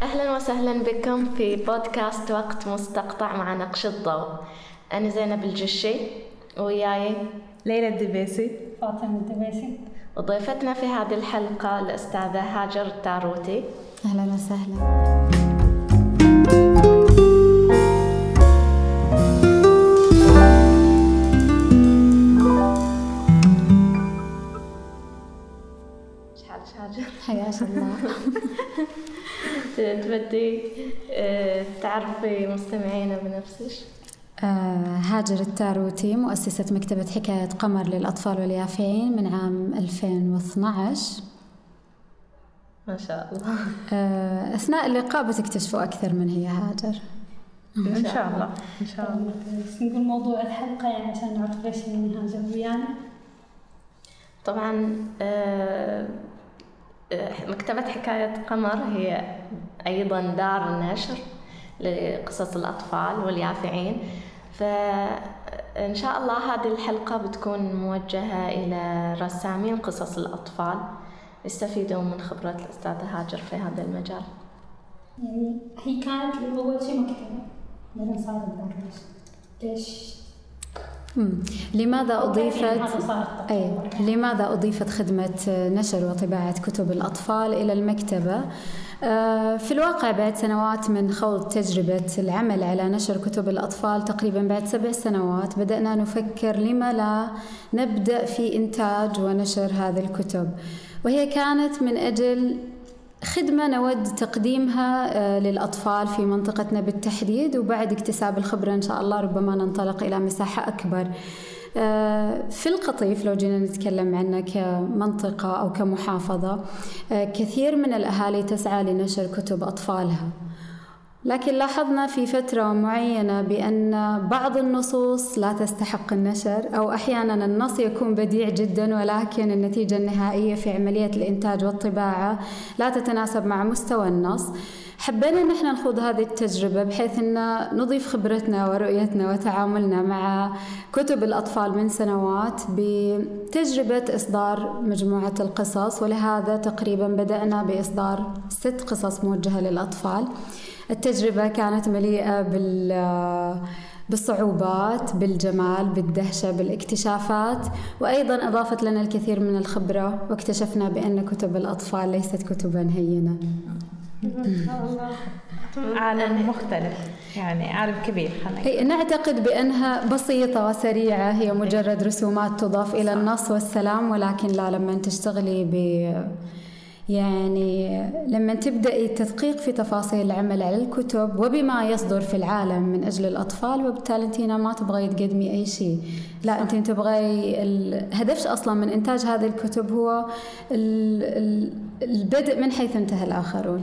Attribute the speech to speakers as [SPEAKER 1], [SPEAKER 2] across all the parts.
[SPEAKER 1] أهلا وسهلا بكم في بودكاست وقت مستقطع مع نقش الضوء. أنا زينب الجشي وياي
[SPEAKER 2] ليلى الدبيسي،
[SPEAKER 3] فاطمة الدبيسي،
[SPEAKER 1] وضيفتنا في هذه الحلقة الأستاذة هاجر التاروتي.
[SPEAKER 4] أهلا وسهلا. حياك الله.
[SPEAKER 1] تبدي تعرفي مستمعينا بنفسك؟
[SPEAKER 4] هاجر التاروتي، مؤسسة مكتبة حكاية قمر للأطفال واليافعين من عام 2012.
[SPEAKER 1] ما شاء الله.
[SPEAKER 4] أثناء اللقاء بتكتشفوا أكثر من هي هاجر
[SPEAKER 2] إن شاء الله. إن شاء الله.
[SPEAKER 3] بس نقول موضوع الحلقة يعني عشان نعرف ليش يعني هاجر ويانا.
[SPEAKER 1] طبعا مكتبة حكاية قمر هي أيضا دار نشر لقصص الأطفال واليافعين، فإن شاء الله هذه الحلقة بتكون موجهة إلى رسامين قصص الأطفال يستفيدون من خبرة الأستاذة هاجر في هذا المجال.
[SPEAKER 3] يعني هي كانت أول شيء مكتبة، بعدين صارت دار نشر. ليش؟
[SPEAKER 4] لماذا أضيفت خدمة نشر وطباعة كتب الأطفال إلى المكتبة؟ في الواقع بعد سنوات من خوض تجربة العمل على نشر كتب الأطفال، تقريبا بعد 7 سنوات بدأنا نفكر لما لا نبدأ في إنتاج ونشر هذه الكتب، وهي كانت من أجل خدمة نود تقديمها للأطفال في منطقتنا بالتحديد، وبعد اكتساب الخبرة إن شاء الله ربما ننطلق إلى مساحة أكبر. في القطيف لو جينا نتكلم عنه كمنطقة أو كمحافظة، كثير من الأهالي تسعى لنشر كتب أطفالها، لكن لاحظنا في فترة معينة بأن بعض النصوص لا تستحق النشر، أو أحيانا النص يكون بديع جدا ولكن النتيجة النهائية في عملية الإنتاج والطباعة لا تتناسب مع مستوى النص. حبينا أن احنا نخوض هذه التجربة بحيث أن نضيف خبرتنا ورؤيتنا وتعاملنا مع كتب الأطفال من سنوات بتجربة إصدار مجموعة القصص، ولهذا تقريبا بدأنا بإصدار 6 قصص موجهة للأطفال. التجربة كانت مليئة بالصعوبات، بالجمال، بالدهشة، بالاكتشافات، وأيضا أضافت لنا الكثير من الخبرة، واكتشفنا بأن كتب الأطفال ليست كتبا هينة.
[SPEAKER 2] عالم مختلف، يعني عالم كبير.
[SPEAKER 4] نعتقد بأنها بسيطة وسريعة، هي مجرد رسومات تضاف إلى النص والسلام، ولكن لا، لما تشتغلي يعني لما تبدأي التدقيق في تفاصيل العمل على الكتب وبما يصدر في العالم من أجل الأطفال، وبالتالي أنت ما تبغي تقدمي أي شيء، لا أنت تبغي الهدف أصلا من إنتاج هذه الكتب هو البدء من حيث انتهى الآخرون.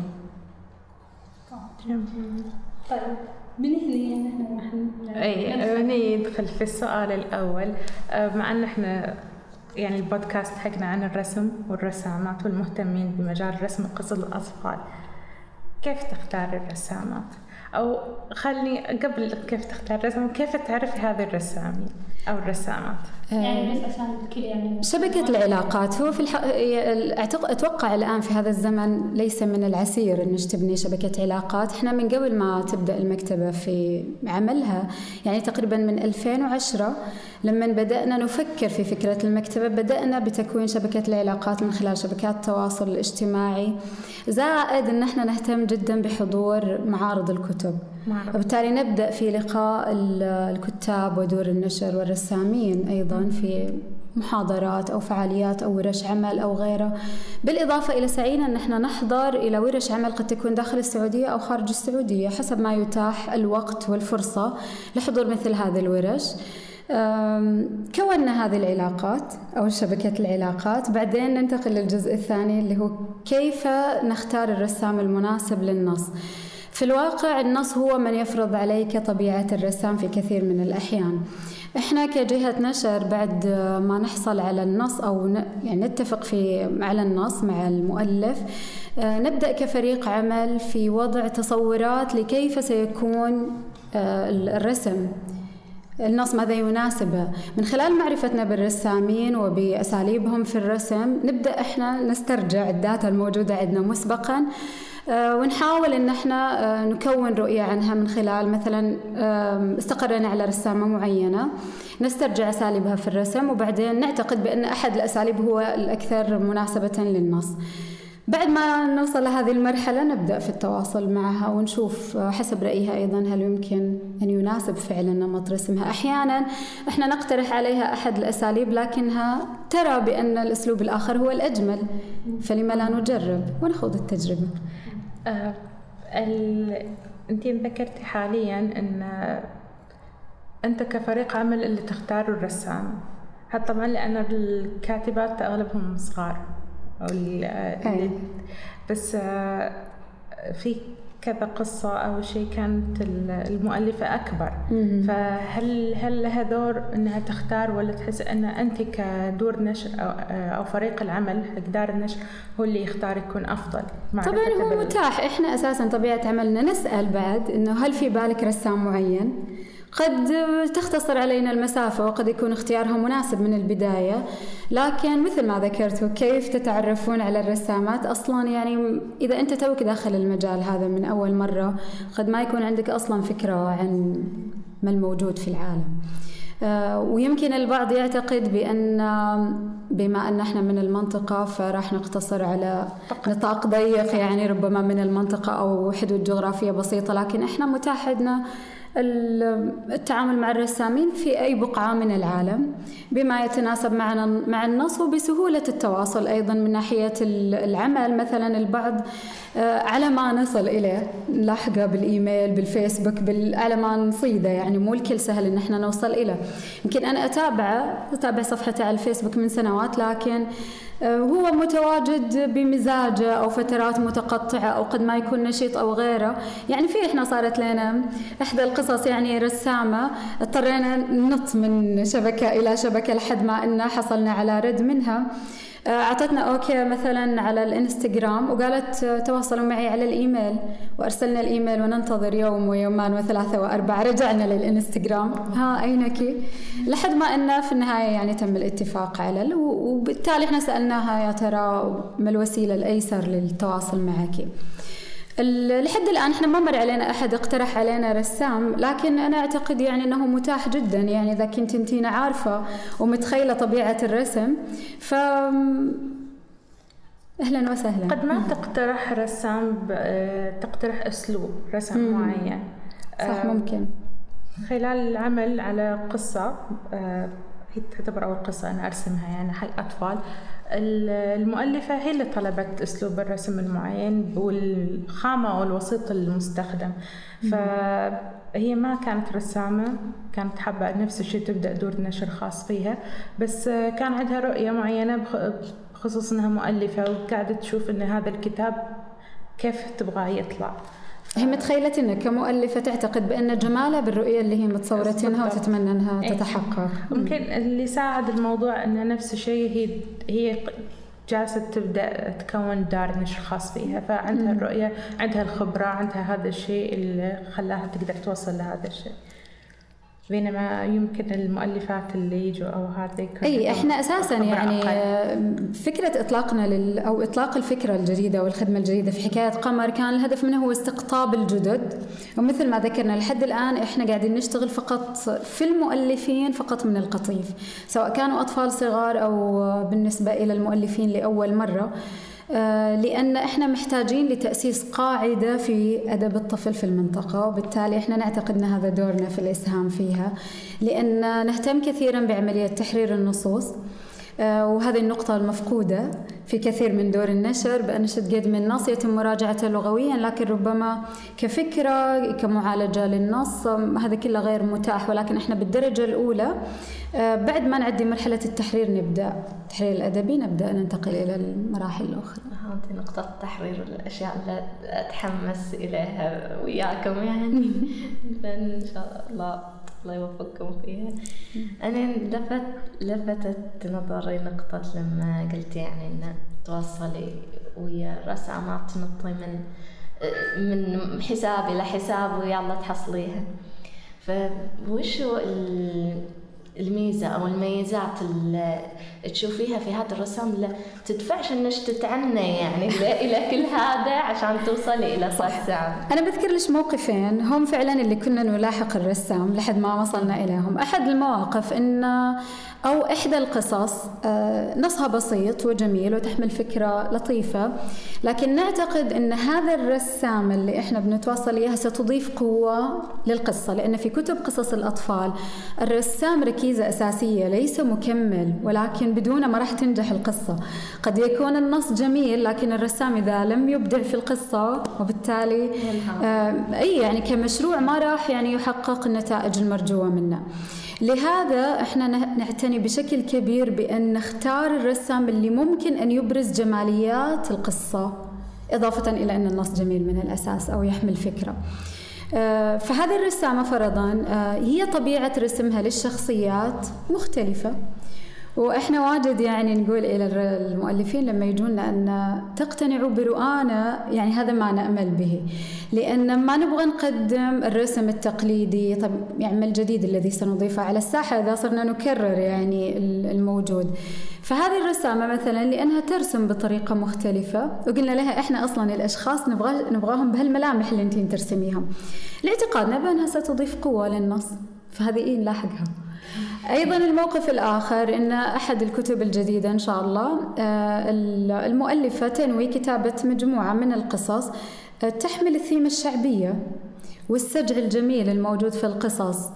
[SPEAKER 3] طيب من هنا نحن
[SPEAKER 2] ندخل في السؤال الأول، مع أن احنا يعني البودكاست حقنا عن الرسم والرسامات والمهتمين بمجال رسم قصص الأطفال، كيف تختار الرسامات؟ أو خلني قبل كيف تختار الرسم، كيف تعرفي هذه الرسامين أو الرسامات؟
[SPEAKER 3] يعني بس عشان الكل يعني
[SPEAKER 4] شبكة العلاقات. هو في أتوقع الآن في هذا الزمن ليس من العسير أنك تبني شبكة علاقات. إحنا من قبل ما تبدأ المكتبة في عملها، يعني تقريبا من 2010 لما بدأنا نفكر في فكرة المكتبة، بدأنا بتكوين شبكة العلاقات من خلال شبكات التواصل الاجتماعي، زائد أن احنا نهتم جدا بحضور معارض الكتب، وبالتالي نبدأ في لقاء الكتاب ودور النشر والرسامين أيضا في محاضرات أو فعاليات أو ورش عمل أو غيره، بالإضافة إلى سعينا أن احنا نحضر إلى ورش عمل قد تكون داخل السعودية أو خارج السعودية حسب ما يتاح الوقت والفرصة لحضور مثل هذه الورش. كوننا هذه العلاقات أو شبكة العلاقات، بعدين ننتقل للجزء الثاني اللي هو كيف نختار الرسام المناسب للنص. في الواقع النص هو من يفرض عليك طبيعة الرسام في كثير من الأحيان. إحنا كجهة نشر بعد ما نحصل على النص أو يعني نتفق على النص مع المؤلف، نبدأ كفريق عمل في وضع تصورات لكيف سيكون الرسم، النص ماذا يناسبه. من خلال معرفتنا بالرسامين وبأساليبهم في الرسم نبدأ إحنا نسترجع الداتا الموجودة عندنا مسبقاً، ونحاول إن احنا نكون رؤية عنها من خلال مثلا استقرينا على رسامة معينة نسترجع أساليبها في الرسم، وبعدين نعتقد بأن أحد الأساليب هو الأكثر مناسبة للنص. بعد ما نوصل لهذه المرحلة نبدأ في التواصل معها ونشوف حسب رأيها أيضا هل يمكن أن يناسب فعلا نمط رسمها. أحيانا إحنا نقترح عليها أحد الأساليب لكنها ترى بأن الأسلوب الآخر هو الأجمل، فلما لا نجرب ونخوض التجربة.
[SPEAKER 2] أنت ذكرتي حاليا أن أنت كفريق عمل اللي تختار الرسام، هذا طبعا لأن الكاتبات أغلبهم صغار بس في كذا قصة أو شيء كانت المؤلفة أكبر، فهل لها دور أنها تختار، ولا تحس أن أنت كدور نشر أو فريق العمل حق دار النشر هو اللي يختار يكون أفضل؟
[SPEAKER 4] طبعا هو متاح. إحنا أساسا طبيعة عملنا نسأل بعد أنه هل في بالك رسام معين؟ قد تختصر علينا المسافة وقد يكون اختيارها مناسب من البداية، لكن مثل ما ذكرتوا كيف تتعرفون على الرسامات أصلاً؟ يعني إذا أنت توك داخل المجال هذا من أول مرة قد ما يكون عندك أصلاً فكرة عن ما الموجود في العالم. ويمكن البعض يعتقد بأن بما أن احنا من المنطقة فراح نقتصر على نطاق ضيق، يعني ربما من المنطقة أو حدود جغرافية بسيطة، لكن احنا متاح عندنا التعامل مع الرسامين في أي بقعة من العالم بما يتناسب مع النص، وبسهولة التواصل أيضا من ناحية العمل. مثلا البعض على ما نصل إليه نلاحقه بالإيميل بالفيسبوك على ما نصيده، يعني مو الكل سهل إن احنا نوصل إليه. يمكن أنا أتابع صفحته على الفيسبوك من سنوات، لكن هو متواجد بمزاجه أو فترات متقطعة أو قد ما يكون نشيط أو غيره. يعني في إحنا صارت لنا إحدى القصص، يعني رسامة اضطرينا ننط من شبكة إلى شبكة لحد ما إن حصلنا على رد منها. أعطتنا أوكي مثلا على الإنستغرام وقالت تواصلوا معي على الإيميل، وأرسلنا الإيميل وننتظر يوم ويومان وثلاثة وأربعة، رجعنا للإنستغرام ها أينك، لحد ما إن في النهاية يعني تم الاتفاق على وبالتالي إحنا سألناها يا ترى ما الوسيلة الأيسر للتواصل معك. لحد الآن إحنا ما مر علينا أحد اقترح علينا رسام، لكن أنا أعتقد يعني أنه متاح جدا. يعني إذا كنت انتينا عارفة ومتخيلة طبيعة الرسم أهلا وسهلا.
[SPEAKER 2] قد ما تقترح رسام تقترح أسلوب رسم معين،
[SPEAKER 4] صح ممكن
[SPEAKER 2] خلال العمل على قصة هي تعتبر أول قصة أنا أرسمها يعني حق أطفال. المؤلفة هي اللي طلبت أسلوب الرسم المعين والخامة والوسيط المستخدم، فهي ما كانت رسامة، كانت حابة نفس الشيء تبدأ دور نشر خاص فيها، بس كان عندها رؤية معينة بخصوص أنها مؤلفة وقاعدة تشوف أن هذا الكتاب كيف تبغى يطلع.
[SPEAKER 4] هي متخيلة إنها كمؤلفة تعتقد بأن جمالها بالرؤية اللي هي متصورتينها وتتمنى أنها تتحقق.
[SPEAKER 2] ممكن اللي ساعد الموضوع أنها نفس الشيء هي جالسة تبدأ تكون دار نشر خاص فيها، فعندها الرؤية، عندها الخبرة، عندها هذا الشيء اللي خلاها تقدر توصل لهذا الشيء. بينما يمكن المؤلفات اللي يجوا أو هذا
[SPEAKER 4] أي إحنا أساساً يعني فكرة إطلاقنا أو إطلاق الفكرة الجديدة والخدمة الجديدة في حكاية قمر كان الهدف منه هو استقطاب الجدد، ومثل ما ذكرنا لحد الآن إحنا قاعدين نشتغل فقط في المؤلفين فقط من القطيف، سواء كانوا أطفال صغار أو بالنسبة إلى المؤلفين لأول مرة، لأن إحنا محتاجين لتأسيس قاعدة في أدب الطفل في المنطقة، وبالتالي إحنا نعتقد أن هذا دورنا في الإسهام فيها، لأن نهتم كثيرا بعملية تحرير النصوص، وهذه النقطة المفقودة في كثير من دور النشر، بأن قد من نص يتم مراجعته لغويا، لكن ربما كفكرة كمعالجة للنص هذا كله غير متاح. ولكن إحنا بالدرجة الأولى بعد ما نعدي مرحلة التحرير نبدأ التحرير الأدبي، نبدأ ننتقل إلى المراحل الأخرى.
[SPEAKER 1] هذه نقطة تحرير الأشياء اللي أتحمس إليها وياكم يعني فإن شاء الله يوفقكم فيها. أنا لفتت نظري نقطة لما قلت يعني إن توصلي ويا رسامات تنطي من حساب إلى حساب ويلا تحصليها، فوشو الميزة أو الميزات تشوفيها في هذا الرسام لا تدفعش انك تتعنى يعني الى كل هذا عشان توصلي الى رسام.
[SPEAKER 4] انا بذكر لك موقفين هم فعلا اللي كنا نلاحق الرسام لحد ما وصلنا اليهم. احد المواقف ان او احدى القصص نصها بسيط وجميل وتحمل فكره لطيفه، لكن نعتقد ان هذا الرسام اللي احنا بنتواصل اياه ستضيف قوه للقصه، لان في كتب قصص الاطفال الرسام ركيزه اساسيه ليس مكمل، ولكن بدونه ما راح تنجح القصه. قد يكون النص جميل لكن الرسام اذا لم يبدع في القصه وبالتالي اي يعني كمشروع ما راح يعني يحقق النتائج المرجوه منه. لهذا احنا نعتني بشكل كبير بأن نختار الرسام اللي ممكن أن يبرز جماليات القصة إضافة إلى أن النص جميل من الأساس أو يحمل فكرة. فهذه الرسامة فرضاً هي طبيعة رسمها للشخصيات مختلفة، وإحنا واجد يعني نقول إلى المؤلفين لما يجونا أن تقتنعوا برؤانا، يعني هذا ما نأمل به، لأن ما نبغى نقدم الرسم التقليدي طب يعني الجديد الذي سنضيفه على الساحة إذا صرنا نكرر يعني الموجود. فهذه الرسامة مثلا لأنها ترسم بطريقة مختلفة وقلنا لها إحنا أصلا الأشخاص نبغاهم بهالملامح اللي أنتين ترسميهم، لاعتقادنا بأنها ستضيف قوة للنص، فهذه نلاحقها. أيضا الموقف الآخر إن أحد الكتب الجديدة إن شاء الله المؤلفة تنوي كتابة مجموعة من القصص تحمل الثيمة الشعبية والسجع الجميل الموجود في القصص.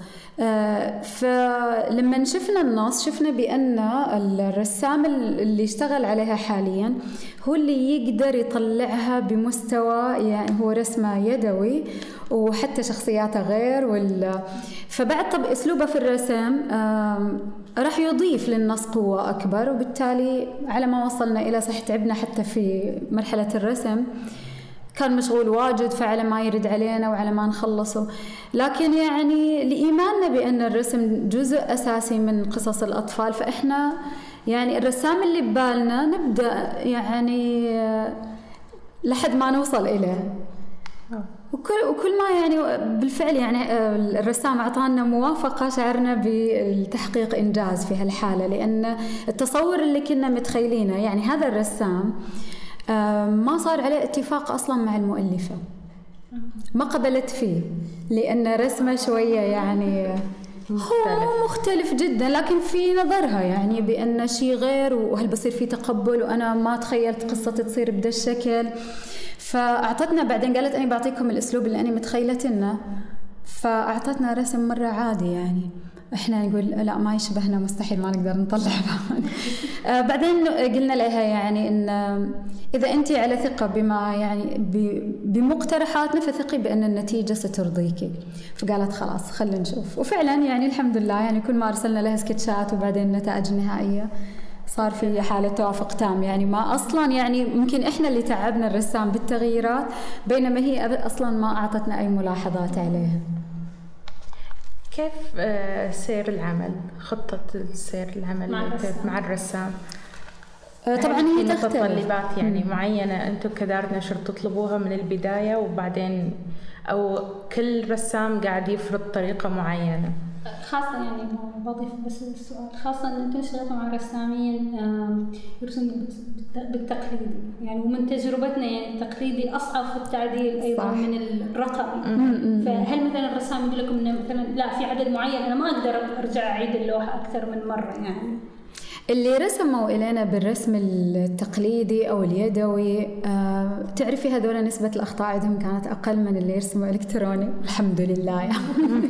[SPEAKER 4] فلما شفنا النص شفنا بأن الرسام اللي يشتغل عليها حاليا هو اللي يقدر يطلعها بمستوى يعني هو رسمه يدوي وحتى شخصياته غير فبعد طب أسلوبه في الرسم راح يضيف للنص قوة أكبر، وبالتالي على ما وصلنا إلى صح تعبنا حتى في مرحلة الرسم كان مشغول واجد، فعلى ما يرد علينا وعلى ما نخلصه. لكن يعني لإيماننا بأن الرسم جزء أساسي من قصص الأطفال، فإحنا يعني الرسام اللي ببالنا نبدأ يعني لحد ما نوصل إليه. وكل ما يعني بالفعل يعني الرسام أعطانا موافقة شعرنا بالتحقيق إنجاز في هالحالة، لأن التصور اللي كنا متخيلينه يعني هذا الرسام ما صار عليه اتفاق أصلا مع المؤلفة، ما قبلت فيه لأن رسمه شوية يعني هو مختلف جدا، لكن في نظرها يعني بأن شيء غير وهل بصير فيه تقبل، وأنا ما تخيلت قصة تصير بدا الشكل. فأعطتنا بعدين قالت أنا بعطيكم الأسلوب اللي أنا متخيلتنا، فأعطتنا رسم مرة عادي يعني إحنا نقول لا ما يشبهنا مستحيل ما نقدر نطلع بعدين قلنا لها يعني إن إذا أنت على ثقة بما يعني بمقترحاتنا فثقي بأن النتيجة سترضيكي. فقالت خلاص خلينا نشوف، وفعلا يعني الحمد لله يعني كل ما أرسلنا لها سكتشات وبعدين النتائج النهائية صار في حالة توافق تام، يعني ما أصلا يعني ممكن إحنا اللي تعبنا الرسام بالتغييرات بينما هي أصلا ما أعطتنا أي ملاحظات عليها.
[SPEAKER 2] كيف سير العمل، خطة سير العمل مع الرسام؟
[SPEAKER 4] طبعا هي
[SPEAKER 2] تختلف متطلبات يعني معينة أنتم كدار نشر تطلبوها من البداية وبعدين أو كل رسام قاعد يفرض طريقة معينة؟
[SPEAKER 3] خاصة يعني بضيف بس السؤال، خاصة أن أنتم اشتغلتوا مع رسامين يرسموا بالتقليدي يعني، ومن تجربتنا يعني التقليدي أصعب في التعديل أيضا صح. من الرقمي. فهل مثلا الرسام يقول لكم إنه مثلا لا في عدد معين أنا ما أقدر أرجع أعيد اللوحة أكثر من مرة يعني؟
[SPEAKER 4] اللي رسموا إلينا بالرسم التقليدي أو اليدوي تعرفي هذول نسبة الأخطاء عندهم كانت أقل من اللي يرسموا إلكتروني الحمد لله يعني.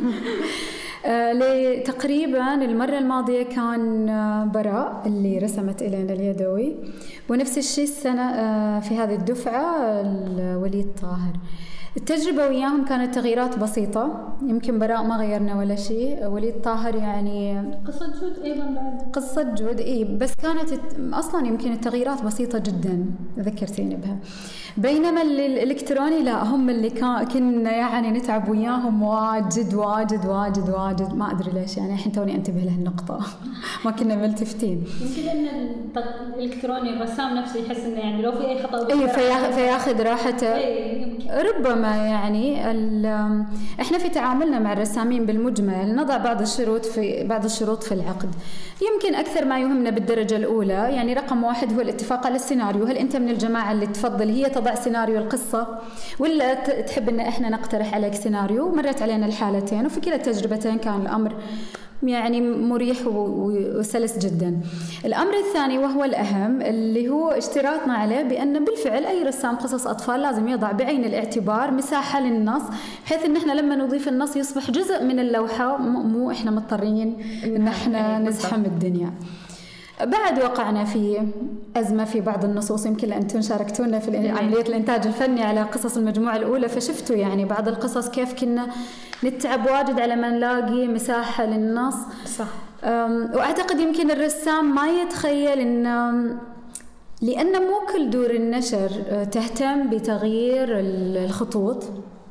[SPEAKER 4] تقريبا المرة الماضية كان براء اللي رسمت إلينا اليدوي، ونفس الشيء السنة في هذه الدفعة وليد طاهر. التجربة وياهم كانت تغييرات بسيطة، يمكن براء ما غيرنا ولا شيء، وليد طاهر يعني
[SPEAKER 3] قصة جود أيضا بعد
[SPEAKER 4] قصة جود بس كانت أصلا يمكن التغييرات بسيطة جدا ذكرتيني بها، بينما الإلكتروني لا هم اللي كنا يعني نتعب وياهم واجد واجد واجد واجد، ما أدري ليش يعني الحين توني أنتبه له النقطة ما كنا ملتفتين.
[SPEAKER 3] يمكن أن الإلكتروني الرسم الرسام نفسه يحس إنه يعني لو في أي خطأ
[SPEAKER 4] فياخذ راحته. ربما يعني إحنا في تعاملنا مع الرسامين بالمجمل نضع بعض الشروط في العقد. يمكن أكثر ما يهمنا بالدرجة الأولى يعني رقم 1 هو الاتفاق على السيناريو. هل أنت من الجماعة اللي تفضل هي تضع سيناريو القصة ولا تحب إن إحنا نقترح عليك سيناريو؟ مرت علينا الحالتين وفي كلا التجربتين كان الأمر يعني مريح وسلس جدا. الأمر الثاني وهو الأهم اللي هو اشتراطنا عليه بأن بالفعل أي رسام قصص أطفال لازم يضع بعين الاعتبار مساحة للنص بحيث إن إحنا لما نضيف النص يصبح جزء من اللوحة، مو إحنا مضطرين إن إحنا نزحم الدنيا. بعد وقعنا في أزمة في بعض النصوص، يمكن أنتم شاركتونا في عملية الإنتاج الفني على قصص المجموعة الأولى، فشفتوا يعني بعض القصص كيف كنا نتعب واجد على ما نلاقي مساحة للنص.
[SPEAKER 2] صح.
[SPEAKER 4] وأعتقد يمكن الرسام ما يتخيل لأن مو كل دور النشر تهتم بتغيير الخطوط،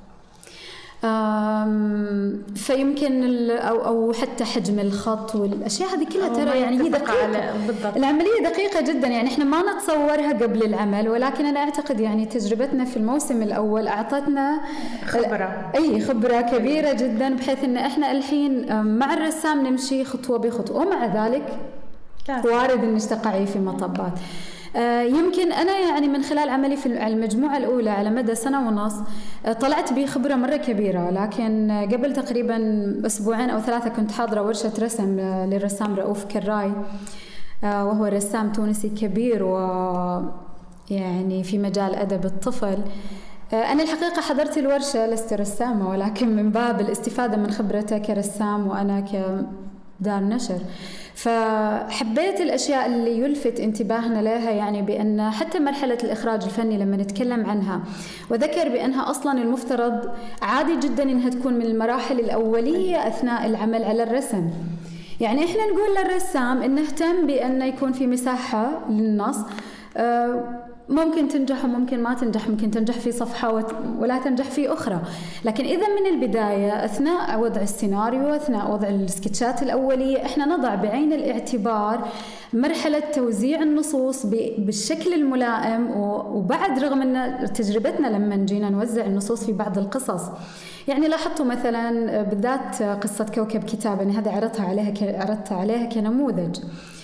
[SPEAKER 4] فيمكن أو حتى حجم الخط والأشياء هذه كلها ترى يعني هي دقيقة. العملية دقيقة جدا، يعني إحنا ما نتصورها قبل العمل، ولكن أنا أعتقد يعني تجربتنا في الموسم الأول أعطتنا خبرة كبيرة جدا بحيث إن إحنا الحين مع الرسام نمشي خطوة بخطوة، ومع ذلك وارد أن نشتقع في مطبات. يمكن أنا يعني من خلال عملي في المجموعة الأولى على مدى 1.5 سنة طلعت بخبرة مرة كبيرة، لكن قبل تقريبا 2 أسبوعين أو 3 كنت حاضرة ورشة رسم للرسام رؤوف كراي، وهو رسام تونسي كبير ويعني في مجال أدب الطفل. أنا الحقيقة حضرت الورشة لست رسامة، ولكن من باب الاستفادة من خبرته كرسام وأنا كدار نشر، فحبيت الأشياء اللي يلفت انتباهنا لها، يعني بأن حتى مرحلة الإخراج الفني لما نتكلم عنها، وذكر بأنها أصلا المفترض عادي جدا أنها تكون من المراحل الأولية أثناء العمل على الرسم. يعني إحنا نقول للرسام إن نهتم بأن يكون في مساحة للنص، ممكن تنجح وممكن ما تنجح، ممكن تنجح في صفحة ولا تنجح في أخرى، لكن إذا من البداية أثناء وضع السيناريو أثناء وضع السكتشات الأولية إحنا نضع بعين الاعتبار مرحلة توزيع النصوص بالشكل الملائم. وبعد رغم أن تجربتنا لما جينا نوزع النصوص في بعض القصص، يعني لاحظتوا مثلا بالذات قصة كوكب كتاب، أن هذا عرضتها عليها كنموذج.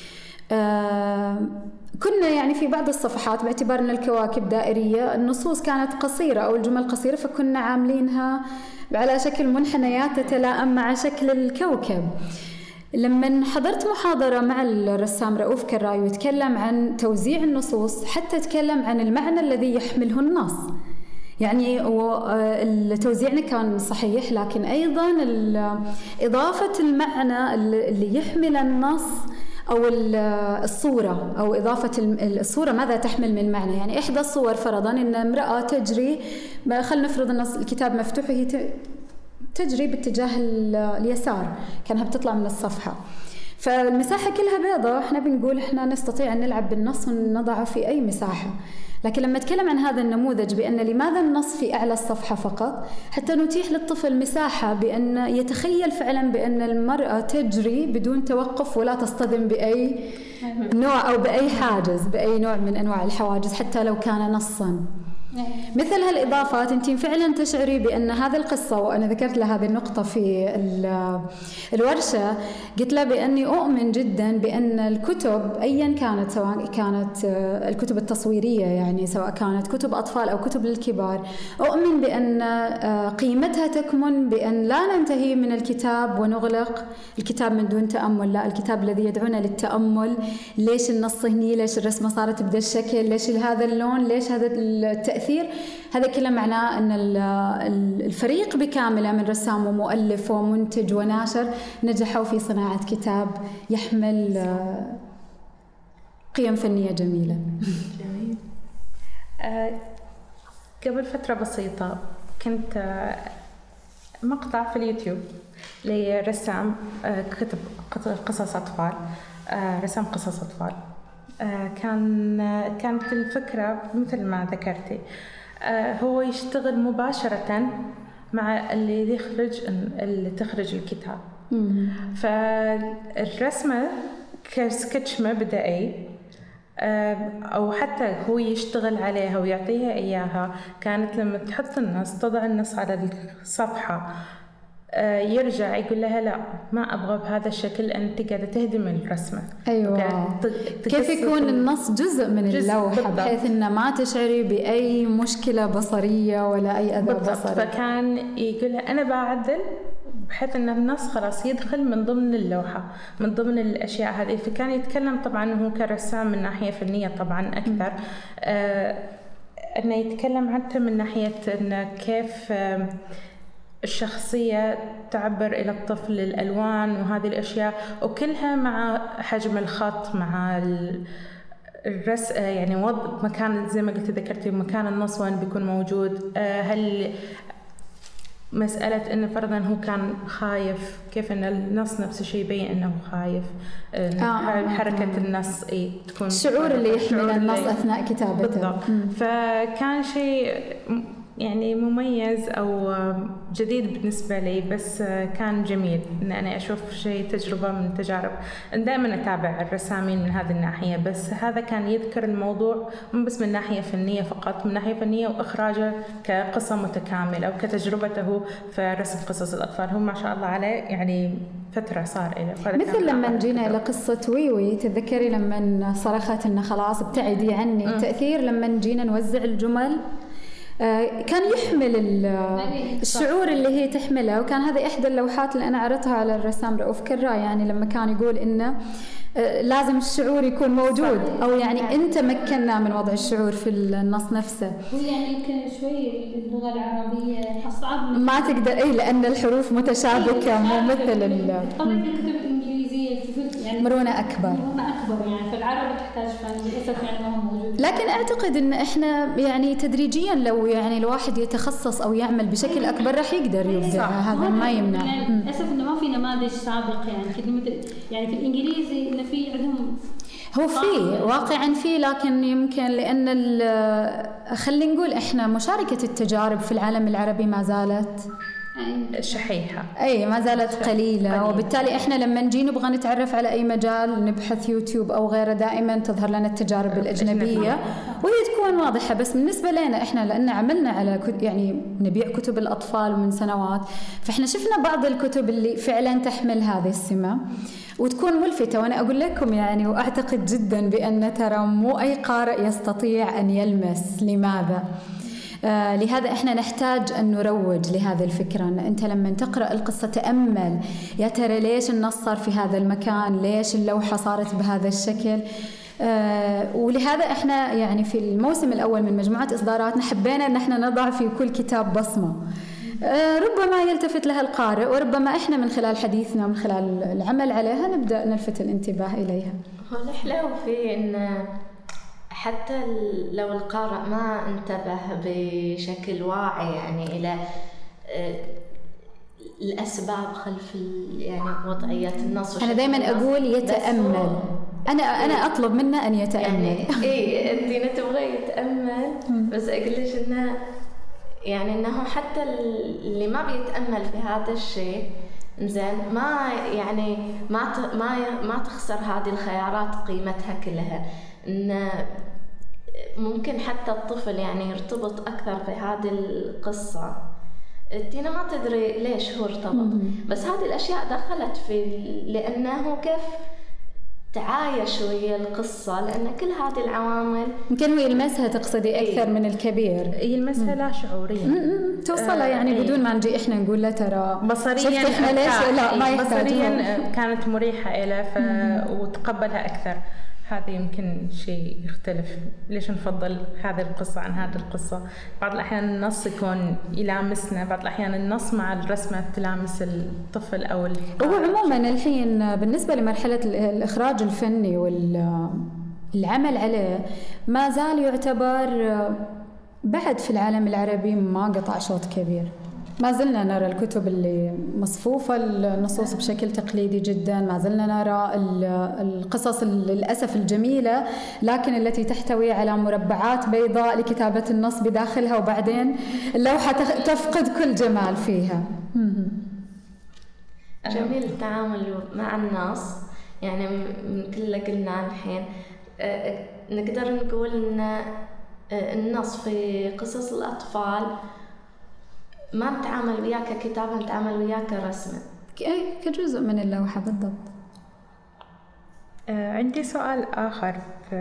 [SPEAKER 4] كنا يعني في بعض الصفحات باعتبار أن الكواكب دائرية النصوص كانت قصيرة أو الجمل قصيرة، فكنا عاملينها على شكل منحنيات تتلائم مع شكل الكوكب. لما حضرت محاضرة مع الرسام رؤوف كراي ويتكلم عن توزيع النصوص، حتى تكلم عن المعنى الذي يحمله النص، يعني التوزيعنا كان صحيح، لكن أيضا إضافة المعنى اللي يحمل النص أو الصورة، أو إضافة الصورة ماذا تحمل من معنى. يعني إحدى الصور فرضاً إن امرأة تجري، خلينا نفرض أن الكتاب مفتوح وهي تجري باتجاه اليسار، كانها بتطلع من الصفحة، فالمساحة كلها بيضاء. إحنا بنقول إحنا نستطيع أن نلعب بالنص ونضعه في أي مساحة، لكن لما أتكلم عن هذا النموذج بأن لماذا النص في أعلى الصفحة فقط، حتى نتيح للطفل مساحة بأن يتخيل فعلا بأن المرأة تجري بدون توقف ولا تصطدم بأي نوع أو بأي حاجز، بأي نوع من أنواع الحواجز حتى لو كان نصا. مثل هالإضافات أنت فعلا تشعري بأن هذه القصة، وأنا ذكرت لها هذه النقطة في الورشة، قلت له بأني أؤمن جدا بأن الكتب أيا كانت، سواء كانت الكتب التصويرية يعني سواء كانت كتب أطفال أو كتب للكبار، أؤمن بأن قيمتها تكمن بأن لا ننتهي من الكتاب ونغلق الكتاب من دون تأمل، لا، الكتاب الذي يدعونا للتأمل. ليش النص هني؟ ليش الرسمة صارت بهذا الشكل؟ ليش هذا اللون؟ ليش هذا التأثير؟ هذا كله معناه أن الفريق بكامله من رسام ومؤلف ومنتج وناشر نجحوا في صناعة كتاب يحمل قيم فنية جميلة.
[SPEAKER 2] جميل. قبل فترة بسيطة كنت مقطع في اليوتيوب لرسام كتب قصص أطفال، رسام قصص أطفال. كانت الفكرة مثل ما ذكرتي، هو يشتغل مباشرة مع اللي تخرج الكتاب. فالرسمة كسكتش مبدئي أو حتى هو يشتغل عليها ويعطيها إياها، كانت لما تحط النص تضع النص على الصفحة يرجع يقول لها لا ما أبغى بهذا الشكل، أنت قاعدة تهدم الرسمة.
[SPEAKER 4] أيوة. كيف يكون النص جزء من اللوحة بحيث إنه ما تشعري بأي مشكلة بصرية ولا أي أذى بصري.
[SPEAKER 2] فكان يقول لها أنا بعدل بحيث أن النص خلاص يدخل من ضمن اللوحة، من ضمن الأشياء هذه. فكان يتكلم طبعا هو كرسام من ناحية فنية طبعا أكثر، أنه يتكلم حتى من ناحية أنه كيف الشخصية تعبر إلى الطفل الألوان وهذه الأشياء، وكلها مع حجم الخط، مع يعني وضع مكان زي ما قلت ذكرتي مكان النص وين بيكون موجود. هل مسألة إنه فرضاً هو كان خايف، كيف إن النص نفس الشيء يبين إنه خايف. حركة النص تكون
[SPEAKER 4] الشعور اللي يحمل النص أثناء كتابته
[SPEAKER 2] بالضبط. فكان شيء يعني مميز أو جديد بالنسبة لي، بس كان جميل إن أنا أشوف شيء تجربة من التجارب. دائما أتابع الرسامين من هذه الناحية، بس هذا كان يذكر الموضوع مو بس من ناحية فنية فقط، من ناحية فنية وإخراجه كقصة متكاملة أو كتجربته في رسم قصص الأطفال. هو ما شاء الله عليه يعني فترة صار إلى
[SPEAKER 4] مثل لما جينا إلى قصة ويوي، تذكري لما صرخت إنه خلاص ابتعدي عني. تأثير لما جينا نوزع الجمل كان يحمل الشعور اللي هي تحمله. وكان هذا إحدى اللوحات اللي أنا عرضتها على الرسام رؤوف كرا، يعني لما كان يقول إنه لازم الشعور يكون موجود، أو يعني أنت مكنا من وضع الشعور في النص نفسه.
[SPEAKER 3] هو يعني يمكن شوي اللغة العربية أصعب
[SPEAKER 4] ما تقدر لأن الحروف متشابكة، مو مثل
[SPEAKER 3] طبعا الكتب الإنجليزية يعني
[SPEAKER 4] مرونة أكبر
[SPEAKER 3] يعني فالعربي تحتاج فن للأسف يعني ما هو موجود.
[SPEAKER 4] لكن أعتقد إن إحنا يعني تدريجيا لو يعني الواحد يتخصص أو يعمل بشكل أكبر راح يقدر يبدع، هذا ما يمنع.
[SPEAKER 3] يعني للأسف إنه ما في نماذج سابق يعني في الإنجليزي إنه في عندهم
[SPEAKER 4] هو في واقعا في، لكن يمكن لأن خلينا نقول إحنا مشاركة التجارب في العالم العربي ما زالت
[SPEAKER 2] شحيحة،
[SPEAKER 4] ما زالت قليلة. وبالتالي إحنا لما نجي نبغى نتعرف على أي مجال نبحث يوتيوب أو غيره، دائما تظهر لنا التجارب الأجنبية وهي تكون واضحة. بس بالنسبة لنا إحنا لأن عملنا على يعني نبيع كتب الأطفال من سنوات، فإحنا شفنا بعض الكتب اللي فعلا تحمل هذه السمة وتكون ملفتة. وأنا أقول لكم يعني وأعتقد جدا بأن ترى مو أي قارئ يستطيع أن يلمس. لماذا؟ لهذا إحنا نحتاج أن نروج لهذه الفكرة، أن أنت لما تقرأ القصة تأمل يا ترى ليش النص صار في هذا المكان، ليش اللوحة صارت بهذا الشكل. ولهذا إحنا يعني في الموسم الأول من مجموعة إصداراتنا حبينا أن إحنا نضع في كل كتاب بصمة ربما يلتفت لها القارئ، وربما إحنا من خلال حديثنا ومن خلال العمل عليها نبدأ نلفت الانتباه إليها.
[SPEAKER 1] هو الحلو في إن حتى لو القارئ ما انتبه بشكل واعي يعني إلى الأسباب خلف يعني وضعية النص،
[SPEAKER 4] أنا دائما أقول يتأمل. أنا أطلب منه أن يتأمل.
[SPEAKER 1] يعني أنت تبغى يتأمل، بس أقولش إنه يعني إنه حتى اللي ما بيتأمل في هذا الشيء زين ما يعني ما تخسر هذه الخيارات قيمتها كلها. إن ممكن حتى الطفل يعني يرتبط أكثر في هذه القصة، أنت ما تدري ليش هو ارتبط، بس هذه الأشياء دخلت في لأنه كيف تعايش ويا القصة، لأن كل هذه العوامل
[SPEAKER 4] يمكن هو يلمسها. تقصدي أكثر من الكبير
[SPEAKER 2] يلمسها لا شعوريا
[SPEAKER 4] توصلها يعني بدون ما نجي إحنا نقول له ترى
[SPEAKER 2] بصريا
[SPEAKER 4] إحنا ليش لا ما يحتاج.
[SPEAKER 2] بصريا كانت مريحة له وتقبلها أكثر. هذا يمكن شيء يختلف، ليش نفضل هذه القصة عن هذه القصة. بعض الأحيان النص يكون يلامسنا، بعض الأحيان النص مع الرسمة تلامس الطفل أو
[SPEAKER 4] هو عموما الحين بالنسبة لمرحلة الإخراج الفني والعمل عليه ما زال يعتبر بعد في العالم العربي ما قطع شوط كبير. ما زلنا نرى الكتب اللي مصفوفة النصوص بشكل تقليدي جدا، ما زلنا نرى القصص للأسف الجميلة لكن التي تحتوي على مربعات بيضاء لكتابة النص بداخلها، وبعدين اللوحة تفقد كل جمال فيها.
[SPEAKER 1] جميل التعامل مع النص يعني من كل اللي قلناه الحين. نقدر نقول إن النص في قصص الأطفال ما نتعامل وياه ككتابة، نتعامل وياه كرسمة،
[SPEAKER 4] كجزء من اللوحة بالضبط.
[SPEAKER 2] عندي سؤال آخر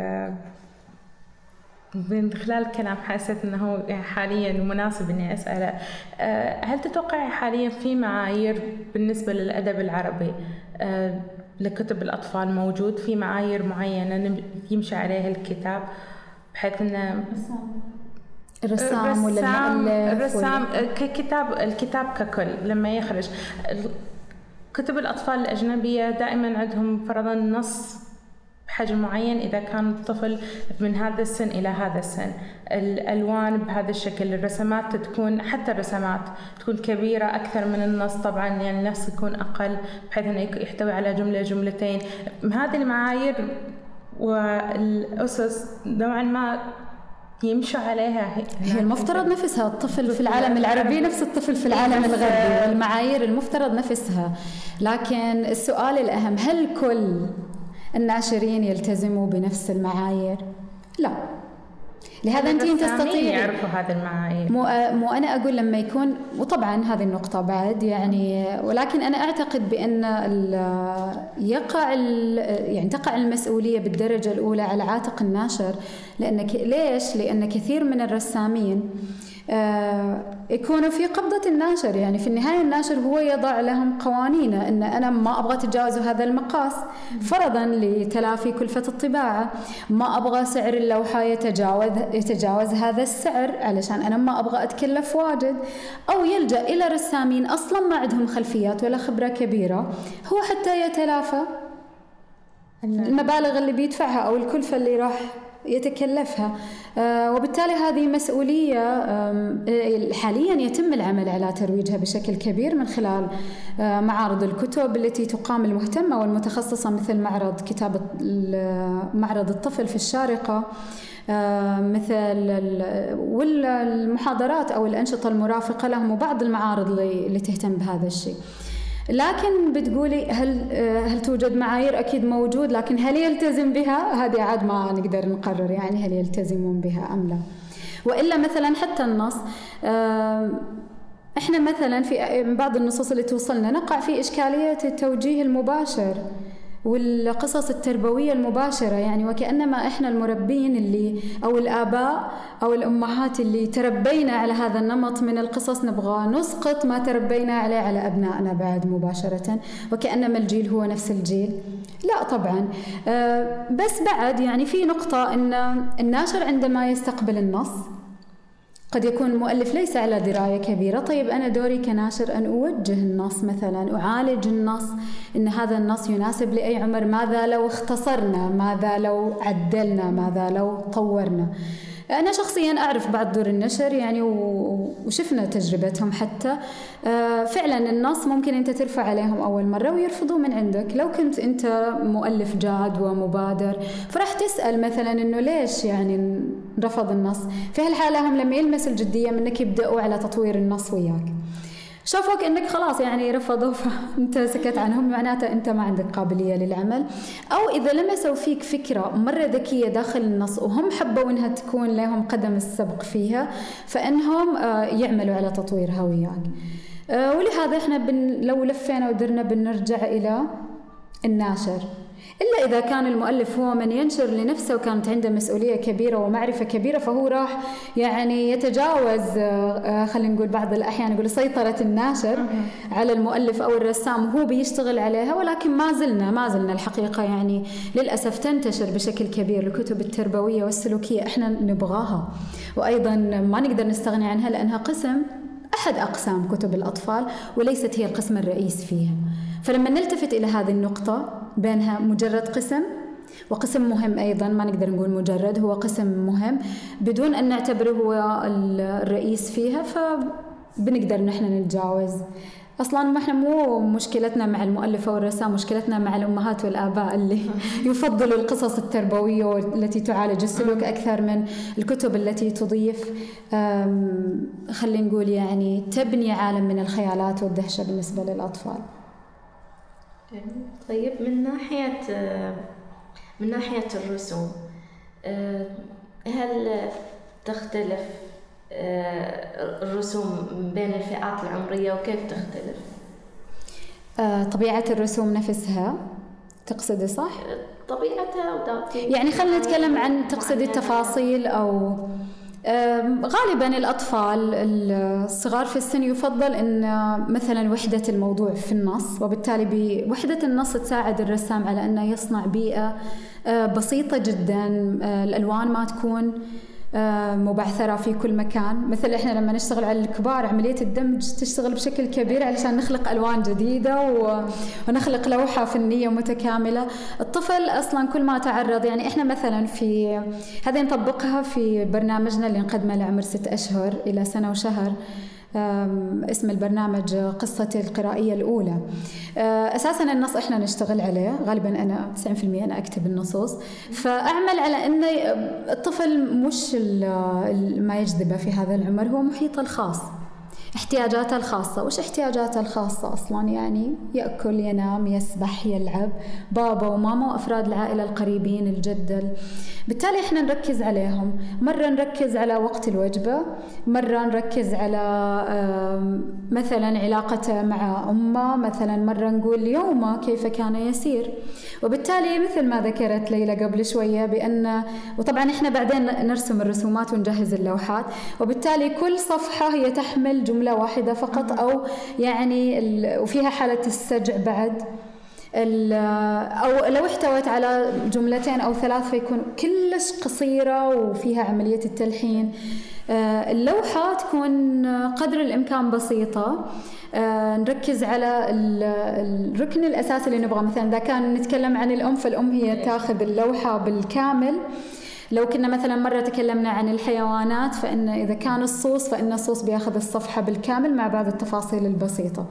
[SPEAKER 2] من خلال الكلام حسيت أنه حاليا مناسب أني أسأله. هل تتوقع حاليا في معايير بالنسبة للأدب العربي لكتب الأطفال موجود في معايير معينة يمشي عليها الكتاب بحيث أنه
[SPEAKER 4] الرسام ولا المؤلف
[SPEAKER 2] الرسام الكتاب ككل لما يخرج كتب الأطفال الأجنبية دائما عندهم فرضاً نص بحجم معين إذا كان الطفل من هذا السن إلى هذا السن، الألوان بهذا الشكل، الرسمات تكون حتى الرسمات تكون كبيرة أكثر من النص، طبعاً يعني النص يكون أقل بحيث أنه يحتوي على جملة جملتين. هذه المعايير والأسس نوعاً ما يمشي عليها
[SPEAKER 4] هي المفترض نفسها الطفل في العالم العربي نفس الطفل في العالم الغربي، والمعايير المفترض نفسها. لكن السؤال الأهم، هل كل الناشرين يلتزموا بنفس المعايير؟ لا. لهذا أنت تستطيع
[SPEAKER 2] يعرفوا هذه المعايير.
[SPEAKER 4] مو أنا أقول لما يكون، وطبعا هذه النقطة بعد يعني، ولكن أنا أعتقد بأن يعني تقع المسؤولية بالدرجة الأولى على عاتق الناشر. ليش؟ لأن كثير من الرسامين يكونوا في قبضة الناشر، يعني في النهاية الناشر هو يضع لهم قوانين أن أنا ما أبغى تجاوزوا هذا المقاس فرضاً لتلافي كلفة الطباعة، ما أبغى سعر اللوحة يتجاوز هذا السعر علشان أنا ما أبغى أتكلف واجد، أو يلجأ إلى رسامين أصلاً ما عندهم خلفيات ولا خبرة كبيرة هو حتى يتلافى المبالغ اللي بيدفعها أو الكلفة اللي راح يتكلفها. وبالتالي هذه مسؤولية حاليا يتم العمل على ترويجها بشكل كبير من خلال معارض الكتب التي تقام المهتمة والمتخصصة، مثل معرض الطفل في الشارقة، مثل والمحاضرات أو الأنشطة المرافقة لهم، وبعض المعارض اللي تهتم بهذا الشيء. لكن بتقولي هل توجد معايير؟ أكيد موجود، لكن هل يلتزم بها؟ هذه عاد ما نقدر نقرر يعني هل يلتزمون بها أم لا. وإلا مثلا حتى النص، إحنا مثلا في بعض النصوص اللي توصلنا نقع في إشكالية التوجيه المباشر والقصص التربوية المباشرة، يعني وكأنما إحنا المربين اللي أو الآباء أو الأمهات اللي تربينا على هذا النمط من القصص نبغى نسقط ما تربينا عليه على أبنائنا بعد مباشرة، وكأنما الجيل هو نفس الجيل. لا طبعا. بس بعد يعني في نقطة إن الناشر عندما يستقبل النص قد يكون المؤلف ليس على دراية كبيرة. طيب أنا دوري كناشر أن أوجه النص، مثلا أعالج النص، إن هذا النص يناسب لأي عمر، ماذا لو اختصرنا، ماذا لو عدلنا، ماذا لو طورنا. أنا شخصياً أعرف بعض دور النشر يعني وشفنا تجربتهم حتى. فعلاً النص ممكن أنت ترفع عليهم أول مرة ويرفضوا من عندك. لو كنت أنت مؤلف جاد ومبادر فراح تسأل مثلاً إنه ليش يعني رفض النص. في هالحالة هم لما يلمس الجدية منك يبدأوا على تطوير النص وياك. شافوك انك خلاص يعني رفضوا فانت سكت عنهم، معناته انت ما عندك قابلية للعمل. او اذا لمسوا فيك فكرة مرة ذكية داخل النص وهم حبوا انها تكون لهم قدم السبق فيها، فانهم يعملوا على تطويرها وياك. ولهذا احنا لو لفينا ودرنا بنرجع الى الناشر، إلا إذا كان المؤلف هو من ينشر لنفسه وكانت عنده مسؤولية كبيرة ومعرفة كبيرة، فهو راح يعني يتجاوز خلينا نقول بعض الأحيان يقول سيطرة الناشر على المؤلف أو الرسام وهو بيشتغل عليها. ولكن ما زلنا الحقيقة يعني للأسف تنتشر بشكل كبير الكتب التربوية والسلوكية، إحنا نبغاها وأيضا ما نقدر نستغني عنها لأنها قسم أحد أقسام كتب الأطفال وليست هي القسم الرئيس فيها. فلما نلتفت إلى هذه النقطة بينها مجرد قسم وقسم مهم أيضا، ما نقدر نقول مجرد، هو قسم مهم بدون أن نعتبره هو الرئيس فيها، فبنقدر نحن نتجاوز. أصلاً ما إحنا مو مشكلتنا مع المؤلف أو الرسام، مشكلتنا مع الأمهات والآباء اللي يفضلوا القصص التربوية والتي تعالج السلوك أكثر من الكتب التي تضيف خلينا نقول يعني تبني عالم من الخيالات والدهشة بالنسبة للأطفال.
[SPEAKER 1] طيب من ناحية الرسوم، هل تختلف الرسوم بين الفئات العمرية وكيف تختلف؟
[SPEAKER 4] طبيعة الرسوم نفسها تقصدي صح؟
[SPEAKER 1] طبيعتها
[SPEAKER 4] يعني خلينا نتكلم عن تقصدي التفاصيل أو غالبا الأطفال الصغار في السن يفضل أن مثلا وحدة الموضوع في النص، وبالتالي بوحدة النص تساعد الرسام على أنه يصنع بيئة بسيطة جدا، الألوان ما تكون مبعثرة في كل مكان. مثل إحنا لما نشتغل على الكبار عملية الدمج تشتغل بشكل كبير علشان نخلق ألوان جديدة ونخلق لوحة فنية متكاملة. الطفل أصلاً كل ما تعرض، يعني إحنا مثلاً في هذه نطبقها في برنامجنا اللي نقدمه لعمر 6 أشهر إلى سنة وشهر، اسم البرنامج قصتي القرائية الأولى. أساساً النص إحنا نشتغل عليه، غالباً أنا 90% أنا أكتب النصوص، فأعمل على أن الطفل مش ما يجذبه في هذا العمر هو محيطه الخاص، احتياجاته الخاصة. وش احتياجاته الخاصة أصلاً؟ يعني يأكل، ينام، يسبح، يلعب، بابا وماما وأفراد العائلة القريبين، الجد. بالتالي إحنا نركز عليهم، مرة نركز على وقت الوجبة، مرة نركز على مثلاً علاقته مع أمه، مثلاً مرة نقول يومه كيف كان يسير. وبالتالي مثل ما ذكرت ليلى قبل شوية بأن، وطبعاً إحنا بعدين نرسم الرسومات ونجهز اللوحات، وبالتالي كل صفحة هي تحمل جملة واحدة فقط، أو يعني وفيها حالة السجع بعد، أو لو احتوت على 2 أو 3 فيكون كلش قصيرة وفيها عملية التلحين. اللوحة تكون قدر الإمكان بسيطة، نركز على الركن الأساسي اللي نبغى. مثلا إذا كان نتكلم عن الأم، فالأم هي تاخذ اللوحة بالكامل. لو كنا مثلا مرة تكلمنا عن الحيوانات، فإن إذا كان الصوص فإن الصوص بياخذ الصفحة بالكامل مع بعض التفاصيل البسيطة.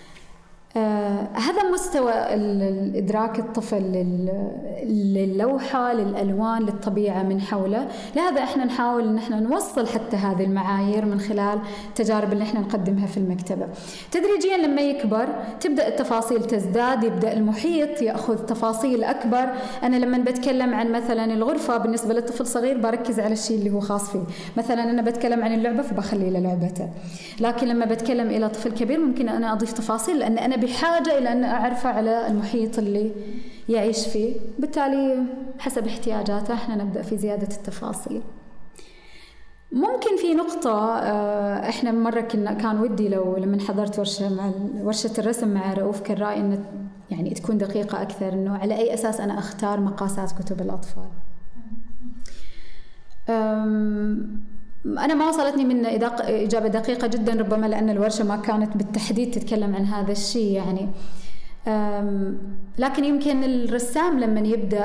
[SPEAKER 4] هذا مستوى إدراك الطفل للوحة، للألوان، للطبيعة من حوله. لهذا إحنا نحاول إن إحنا نوصل حتى هذه المعايير من خلال التجارب اللي إحنا نقدمها في المكتبة. تدريجيا لما يكبر تبدأ التفاصيل تزداد، يبدأ المحيط يأخذ تفاصيل أكبر. أنا لما بتكلم عن مثلا الغرفة بالنسبة للطفل صغير بركز على الشيء اللي هو خاص فيه. مثلا أنا بتكلم عن اللعبة فبخلي له لعبته، لكن لما بتكلم إلى طفل كبير ممكن أنا أضيف تفاصيل، لأن أنا بحاجة إلى أن أعرف على المحيط اللي يعيش فيه. بالتالي حسب احتياجاته احنا نبدأ في زيادة التفاصيل. ممكن في نقطة احنا مرة كان ودي لما حضرت ورشة الرسم مع رؤوف كراي إن يعني تكون دقيقة أكثر، إنه على أي أساس أنا أختار مقاسات كتب الأطفال. أنا ما وصلتني من إجابة دقيقة جدا، ربما لأن الورشة ما كانت بالتحديد تتكلم عن هذا الشيء يعني. لكن يمكن الرسام لما يبدأ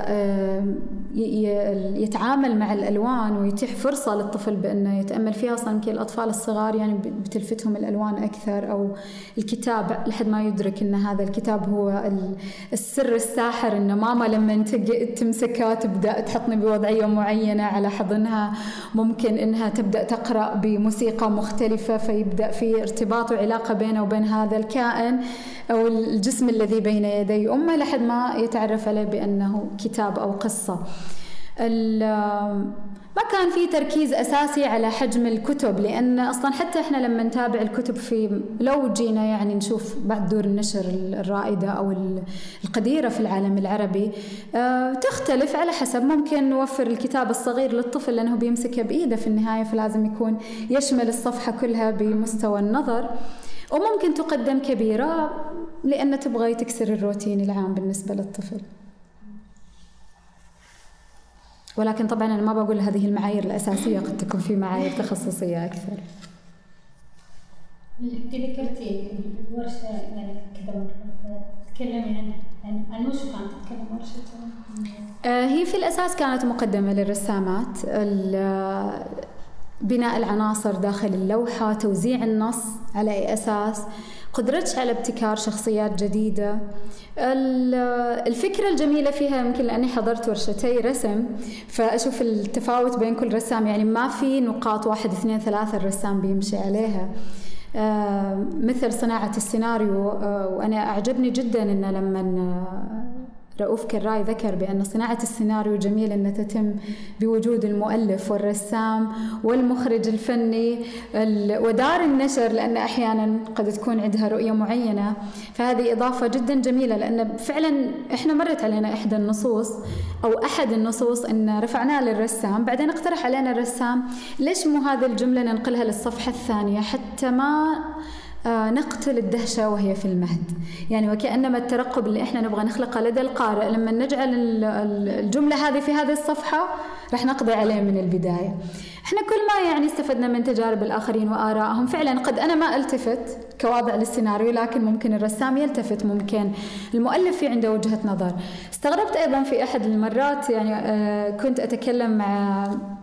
[SPEAKER 4] يتعامل مع الألوان ويتيح فرصة للطفل بأنه يتأمل فيها، أصلاً يمكن الأطفال الصغار يعني بتلفتهم الألوان أكثر، أو الكتاب لحد ما يدرك أن هذا الكتاب هو السر الساحر، أن ماما لما تمسكها تبدأ تحطني بوضعية معينة على حضنها، ممكن أنها تبدأ تقرأ بموسيقى مختلفة، فيبدأ في ارتباط وعلاقة بينه وبين هذا الكائن أو الجسم الذي بين يدي أمه، لحد ما يتعرف عليه بأنه كتاب أو قصة. ما كان في تركيز أساسي على حجم الكتب، لأن أصلاً حتى إحنا لما نتابع الكتب لو جينا يعني نشوف بعض دور النشر الرائدة أو القديرة في العالم العربي تختلف على حسب. ممكن نوفر الكتاب الصغير للطفل لأنه بيمسكه بإيده في النهاية، فلازم يكون يشمل الصفحة كلها بمستوى النظر، وممكن تقدم كبيرة لأن تبغى تكسر الروتين العام بالنسبة للطفل. ولكن طبعاً أنا ما بقول هذه المعايير الأساسية، قد تكون في معايير تخصصية أكثر.
[SPEAKER 3] أنت ذكرتي الورشة يعني كذا مرة، تتكلمي عن وش كانت تتكلم ورشة؟
[SPEAKER 4] هي في الأساس كانت مقدمة للرسامات، بناء العناصر داخل اللوحة، توزيع النص على أي أساس، قدرتش على ابتكار شخصيات جديدة. الفكرة الجميلة فيها يمكن لأني حضرت ورشتي رسم، فأشوف التفاوت بين كل رسام، يعني ما في نقاط 1 2 3 الرسام بيمشي عليها. مثل صناعة السيناريو، وأنا أعجبني جدا إن لما رؤوف كراي ذكر بأن صناعة السيناريو جميل أن تتم بوجود المؤلف والرسام والمخرج الفني ودار النشر، لأن أحيانا قد تكون عندها رؤية معينة. فهذه إضافة جدا جميلة، لأن فعلا إحنا مرت علينا أحد النصوص أن رفعناه للرسام، بعدين اقترح علينا الرسام ليش مو هذه الجملة ننقلها للصفحة الثانية حتى ما نقتل الدهشة وهي في المهد. يعني وكأنما الترقب اللي إحنا نبغى نخلقه لدى القارئ لما نجعل الجملة هذه في هذه الصفحة راح نقضي عليه من البداية. إحنا كل ما يعني استفدنا من تجارب الآخرين وآرائهم. فعلا قد أنا ما ألتفت كواضع للسيناريو، لكن ممكن الرسام يلتفت، ممكن المؤلف في عنده وجهة نظر. استغربت أيضا في أحد المرات، يعني كنت أتكلم مع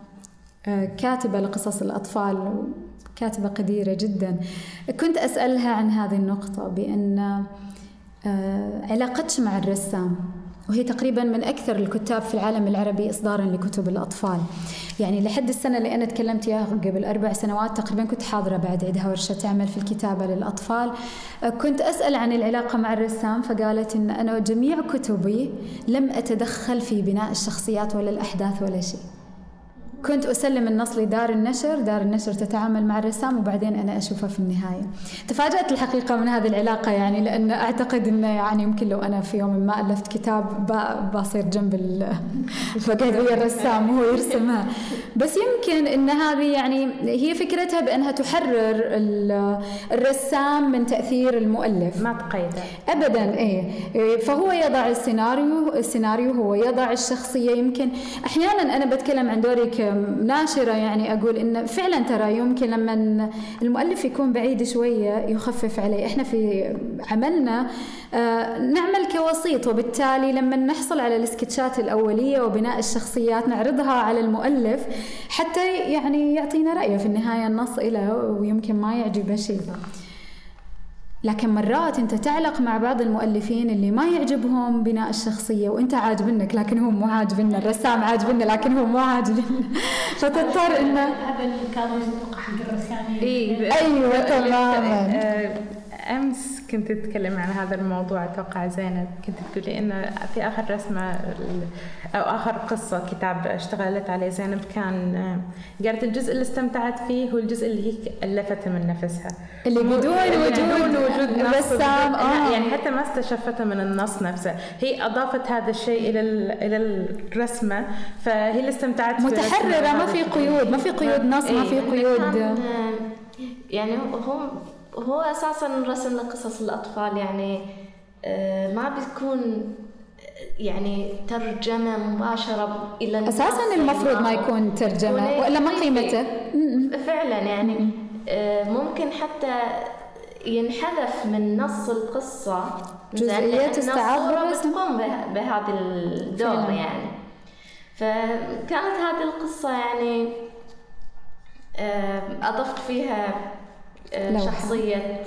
[SPEAKER 4] كاتبة لقصص الأطفال، كاتبة قديرة جدا، كنت أسألها عن هذه النقطة، بأن علاقتش مع الرسام، وهي تقريبا من أكثر الكتاب في العالم العربي إصدارا لكتب الأطفال. يعني لحد السنة اللي أنا تكلمت إياها قبل 4 سنوات تقريبا كنت حاضرة بعد عندها ورشة تعمل في الكتابة للأطفال. كنت أسأل عن العلاقة مع الرسام، فقالت إن أنا جميع كتبي لم أتدخل في بناء الشخصيات ولا الأحداث ولا شيء. كنت أسلم النص لدار النشر، دار النشر تتعامل مع الرسام، وبعدين أنا أشوفه في النهاية. تفاجأت الحقيقة من هذه العلاقة، يعني لأن أعتقد أنه يعني يمكن لو أنا في يوم ما ألفت كتاب بصير جنب فقعد ويا الرسام وهو يرسمها. بس يمكن أن هذه يعني هي فكرتها بأنها تحرر الرسام من تأثير المؤلف،
[SPEAKER 2] ما تقيده
[SPEAKER 4] أبدا. فهو يضع السيناريو هو يضع الشخصية. يمكن أحيانا أنا بتكلم عن دوري ناشرة، يعني أقول إن فعلا ترى يمكن لما المؤلف يكون بعيد شوية يخفف عليه. إحنا في عملنا نعمل كوسيط، وبالتالي لما نحصل على السكتشات الأولية وبناء الشخصيات نعرضها على المؤلف حتى يعني يعطينا رأيه في النهاية النص إله، ويمكن ما يعجبه شيء. لكن مرات أنت تعلق مع بعض المؤلفين اللي ما يعجبهم بناء الشخصية، وأنت عاجبنك لكن هم مو عاجبنا، الرسام عاجبنا لكن هم مو عاجبنا، فتضطر إنه
[SPEAKER 3] هذا اللي كان يتوقع حق الرسام.
[SPEAKER 4] أيوة تماما.
[SPEAKER 2] أمس كنت أتكلم عن هذا الموضوع، أتوقع زينب كنت تقولي إن في آخر رسمة أو آخر قصة كتاب اشتغلت عليه زينب، كان قالت الجزء اللي استمتعت فيه هو الجزء اللي هي ألفته من نفسها، اللي بدون وجود رسام، يعني حتى ما استشفته من النص نفسه، هي أضافت هذا الشيء إلى الرسمة، فهي اللي استمتعت
[SPEAKER 4] متحررة، ما في قيود، ما في قيود نص، ما في قيود.
[SPEAKER 1] يعني هو أساساً رسم لقصص الأطفال، يعني ما بتكون يعني ترجمة مباشرة إلى النص.
[SPEAKER 4] أساساً المفروض ما يكون ترجمة، وإلا ما قيمته.
[SPEAKER 1] فعلاً يعني ممكن حتى ينحذف من نص القصة
[SPEAKER 4] جزئية استعاضة
[SPEAKER 1] بتقوم بهذا الدور فعلاً. يعني فكانت هذه القصة يعني أضفت فيها شخصية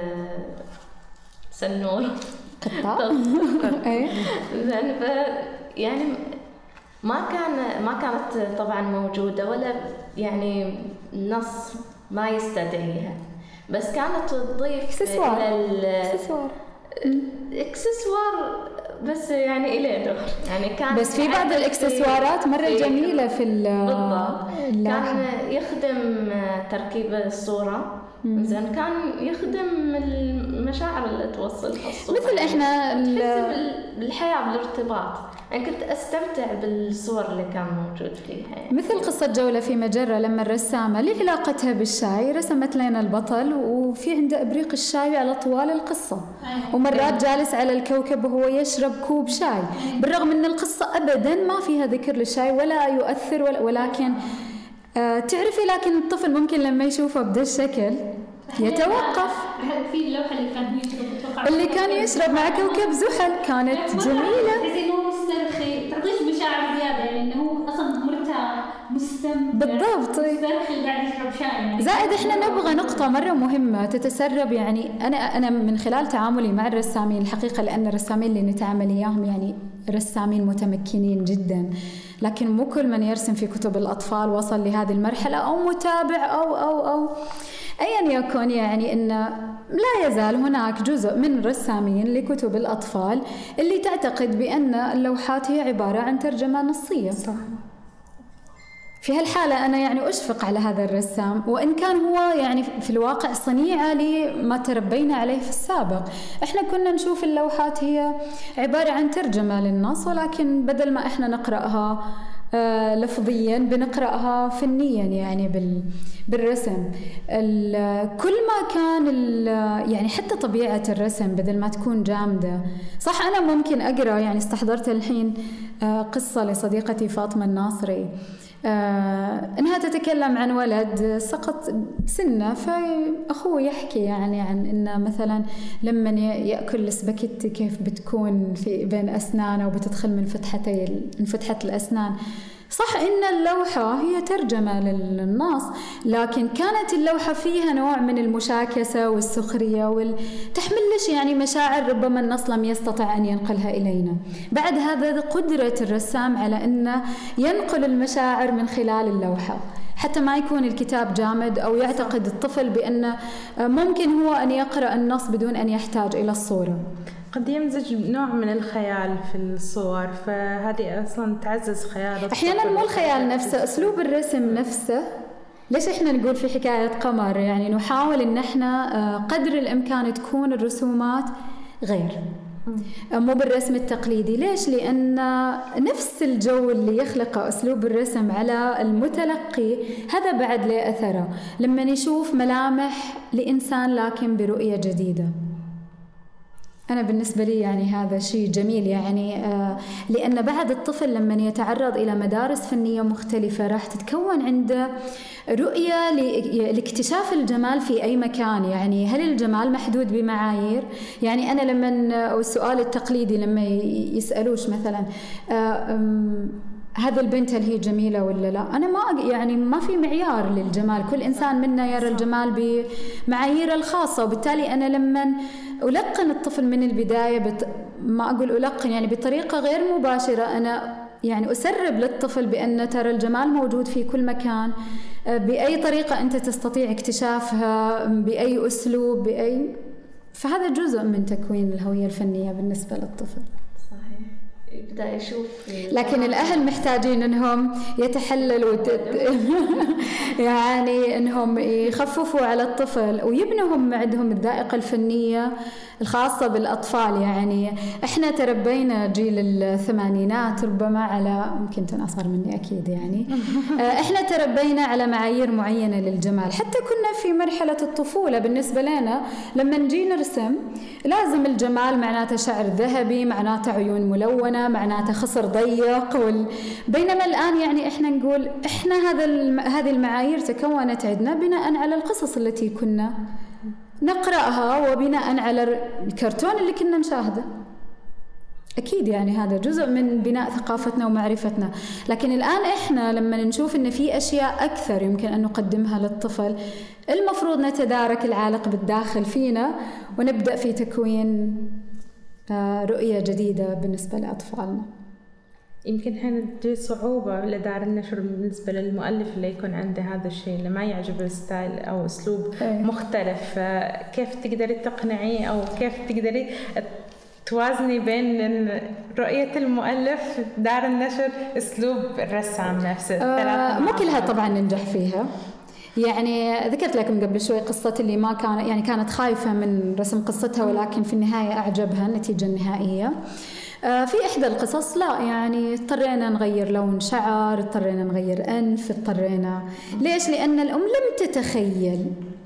[SPEAKER 1] سنور
[SPEAKER 4] قطة.
[SPEAKER 1] زين، يعني ما كانت طبعا موجودة، ولا يعني النص ما يستدعيها، بس كانت تضيف اكسسوار بس يعني إليه دور، يعني كان
[SPEAKER 4] بس في بعض الاكسسوارات مرة جميلة في
[SPEAKER 1] بالضبط. كان يخدم تركيب الصورة، زين، كان يخدم المشاعر اللي توصلها الصورة،
[SPEAKER 4] مثل احنا
[SPEAKER 1] بالحياة بالارتباط. يعني كنت أستمتع بالصور اللي كان موجود فيها، يعني.
[SPEAKER 4] مثل قصة جولة في مجرة، لما الرسامة لعلاقتها بالشاي رسمت لنا البطل وفي عنده إبريق الشاي على طوال القصة، ومرات جالس على الكوكب وهو يشرب كوب شاي، بالرغم أن القصة أبدا ما فيها ذكر للشاي ولا يؤثر ولكن تعرفي، لكن الطفل ممكن لما يشوفه بدا الشكل يتوقف.
[SPEAKER 3] في اللوحة اللي كان
[SPEAKER 4] يشرب مع كوكب زحل كانت جميلة.
[SPEAKER 3] تحسي إنه مسترخي، تعطيش مشاعر زيادة، يعني إنه هو أصلاً مرتاح مستمتع.
[SPEAKER 4] بالضبط.
[SPEAKER 3] مسترخي قاعد يشرب شاي. يعني
[SPEAKER 4] زائد إحنا نبغى نقطة مرة مهمة تتسرب، يعني أنا من خلال تعاملي مع الرسامين الحقيقة، لأن الرسامين اللي نتعامل إياهم يعني رسامين متمكنين جداً، لكن مو كل من يرسم في كتب الأطفال وصل لهذه المرحلة، أو متابع أو أيا يكن، يعني إن لا يزال هناك جزء من الرسامين لكتب الأطفال اللي تعتقد بأن اللوحات هي عبارة عن ترجمة نصية.
[SPEAKER 2] صح.
[SPEAKER 4] في هالحالة أنا يعني أشفق على هذا الرسام، وإن كان هو يعني في الواقع صنيعة لما تربينا عليه في السابق. إحنا كنا نشوف اللوحات هي عبارة عن ترجمة للنص، ولكن بدل ما إحنا نقرأها لفظيا بنقرأها فنيا يعني بالرسم. كل ما كان يعني حتى طبيعة الرسم بدل ما تكون جامدة. صح أنا ممكن أقرأ، يعني استحضرت الحين قصة لصديقتي فاطمة الناصري، إنها تتكلم عن ولد سقط سنة، فأخوه يحكي يعني عن إنه مثلا لما يأكل السباكيتي كيف بتكون في بين أسنانه وبتدخل من فتحة الأسنان. صح إن اللوحة هي ترجمة للنص، لكن كانت اللوحة فيها نوع من المشاكسة والسخرية تحمل لش يعني مشاعر ربما النص لم يستطع أن ينقلها إلينا. بعد هذا قدرة الرسام على أنه ينقل المشاعر من خلال اللوحة، حتى ما يكون الكتاب جامد، أو يعتقد الطفل بأنه ممكن هو أن يقرأ النص بدون أن يحتاج إلى الصورة.
[SPEAKER 2] قد يمزج نوع من الخيال في الصور، فهذه أصلا تعزز خيال.
[SPEAKER 4] أحيانا مو الخيال نفسه، أسلوب الرسم نفسه. ليش إحنا نقول في حكاية قمر يعني نحاول إن إحنا قدر الإمكان تكون الرسومات غير، مو بالرسم التقليدي. ليش؟ لأن نفس الجو اللي يخلقه أسلوب الرسم على المتلقي هذا بعد له أثره لما نشوف ملامح لإنسان لكن برؤية جديدة. أنا بالنسبة لي يعني هذا شيء جميل، يعني لأن بعد الطفل لما يتعرض إلى مدارس فنية مختلفة راح تتكون عنده رؤية لاكتشاف الجمال في أي مكان. يعني هل الجمال محدود بمعايير؟ يعني أنا لما السؤال التقليدي لما يسألوش مثلا هذا البنت هل هي جميلة ولا لا، أنا ما في معيار للجمال، كل إنسان منا يرى الجمال بمعاييره الخاصة. وبالتالي أنا لما ألقن الطفل من البداية ما أقول ألقن يعني بطريقة غير مباشرة، أنا يعني أسرب للطفل بأن ترى الجمال موجود في كل مكان، بأي طريقة أنت تستطيع اكتشافها، بأي أسلوب، فهذا جزء من تكوين الهوية الفنية بالنسبة للطفل.
[SPEAKER 1] يبدأ يشوف.
[SPEAKER 4] لكن الأهل محتاجين إنهم يتحللوا يعني إنهم يخففوا على الطفل ويبنوا هم عندهم الذائقة الفنية الخاصة بالأطفال. يعني إحنا تربينا جيل الثمانينات ربما على، يمكن أصغر مني أكيد يعني إحنا تربينا على معايير معينة للجمال. حتى كنا في مرحلة الطفولة بالنسبة لنا لما نجي نرسم لازم الجمال معناته شعر ذهبي، معناته عيون ملونة، معناته خصر ضيق بينما الآن يعني إحنا نقول إحنا هذه المعايير تكونت عندنا بناء على القصص التي كنا نقرأها وبناء على الكرتون اللي كنا نشاهده. أكيد يعني هذا جزء من بناء ثقافتنا ومعرفتنا. لكن الآن إحنا لما نشوف إن في أشياء أكثر يمكن أن نقدمها للطفل، المفروض نتدارك العالق بالداخل فينا ونبدأ في تكوين رؤية جديدة بالنسبة لأطفالنا.
[SPEAKER 2] يمكن هنا تجي صعوبة لدار النشر بالنسبة للمؤلف اللي يكون عنده هذا الشيء، اللي ما يعجب الستايل أو أسلوب مختلف. كيف تقدري تقنعيه أو كيف تقدري توازني بين رؤية المؤلف دار النشر أسلوب الرسام نفسه؟
[SPEAKER 4] مو كلها طبعا ننجح فيها. يعني ذكرت لكم قبل شوي قصة اللي ما كانت خايفة من رسم قصتها ولكن في النهاية أعجبها النتيجة النهائية. في إحدى القصص لا يعني اضطرينا نغير لون شعر، اضطرينا نغير أنف، ليش؟ لأن الأم لم تتخيل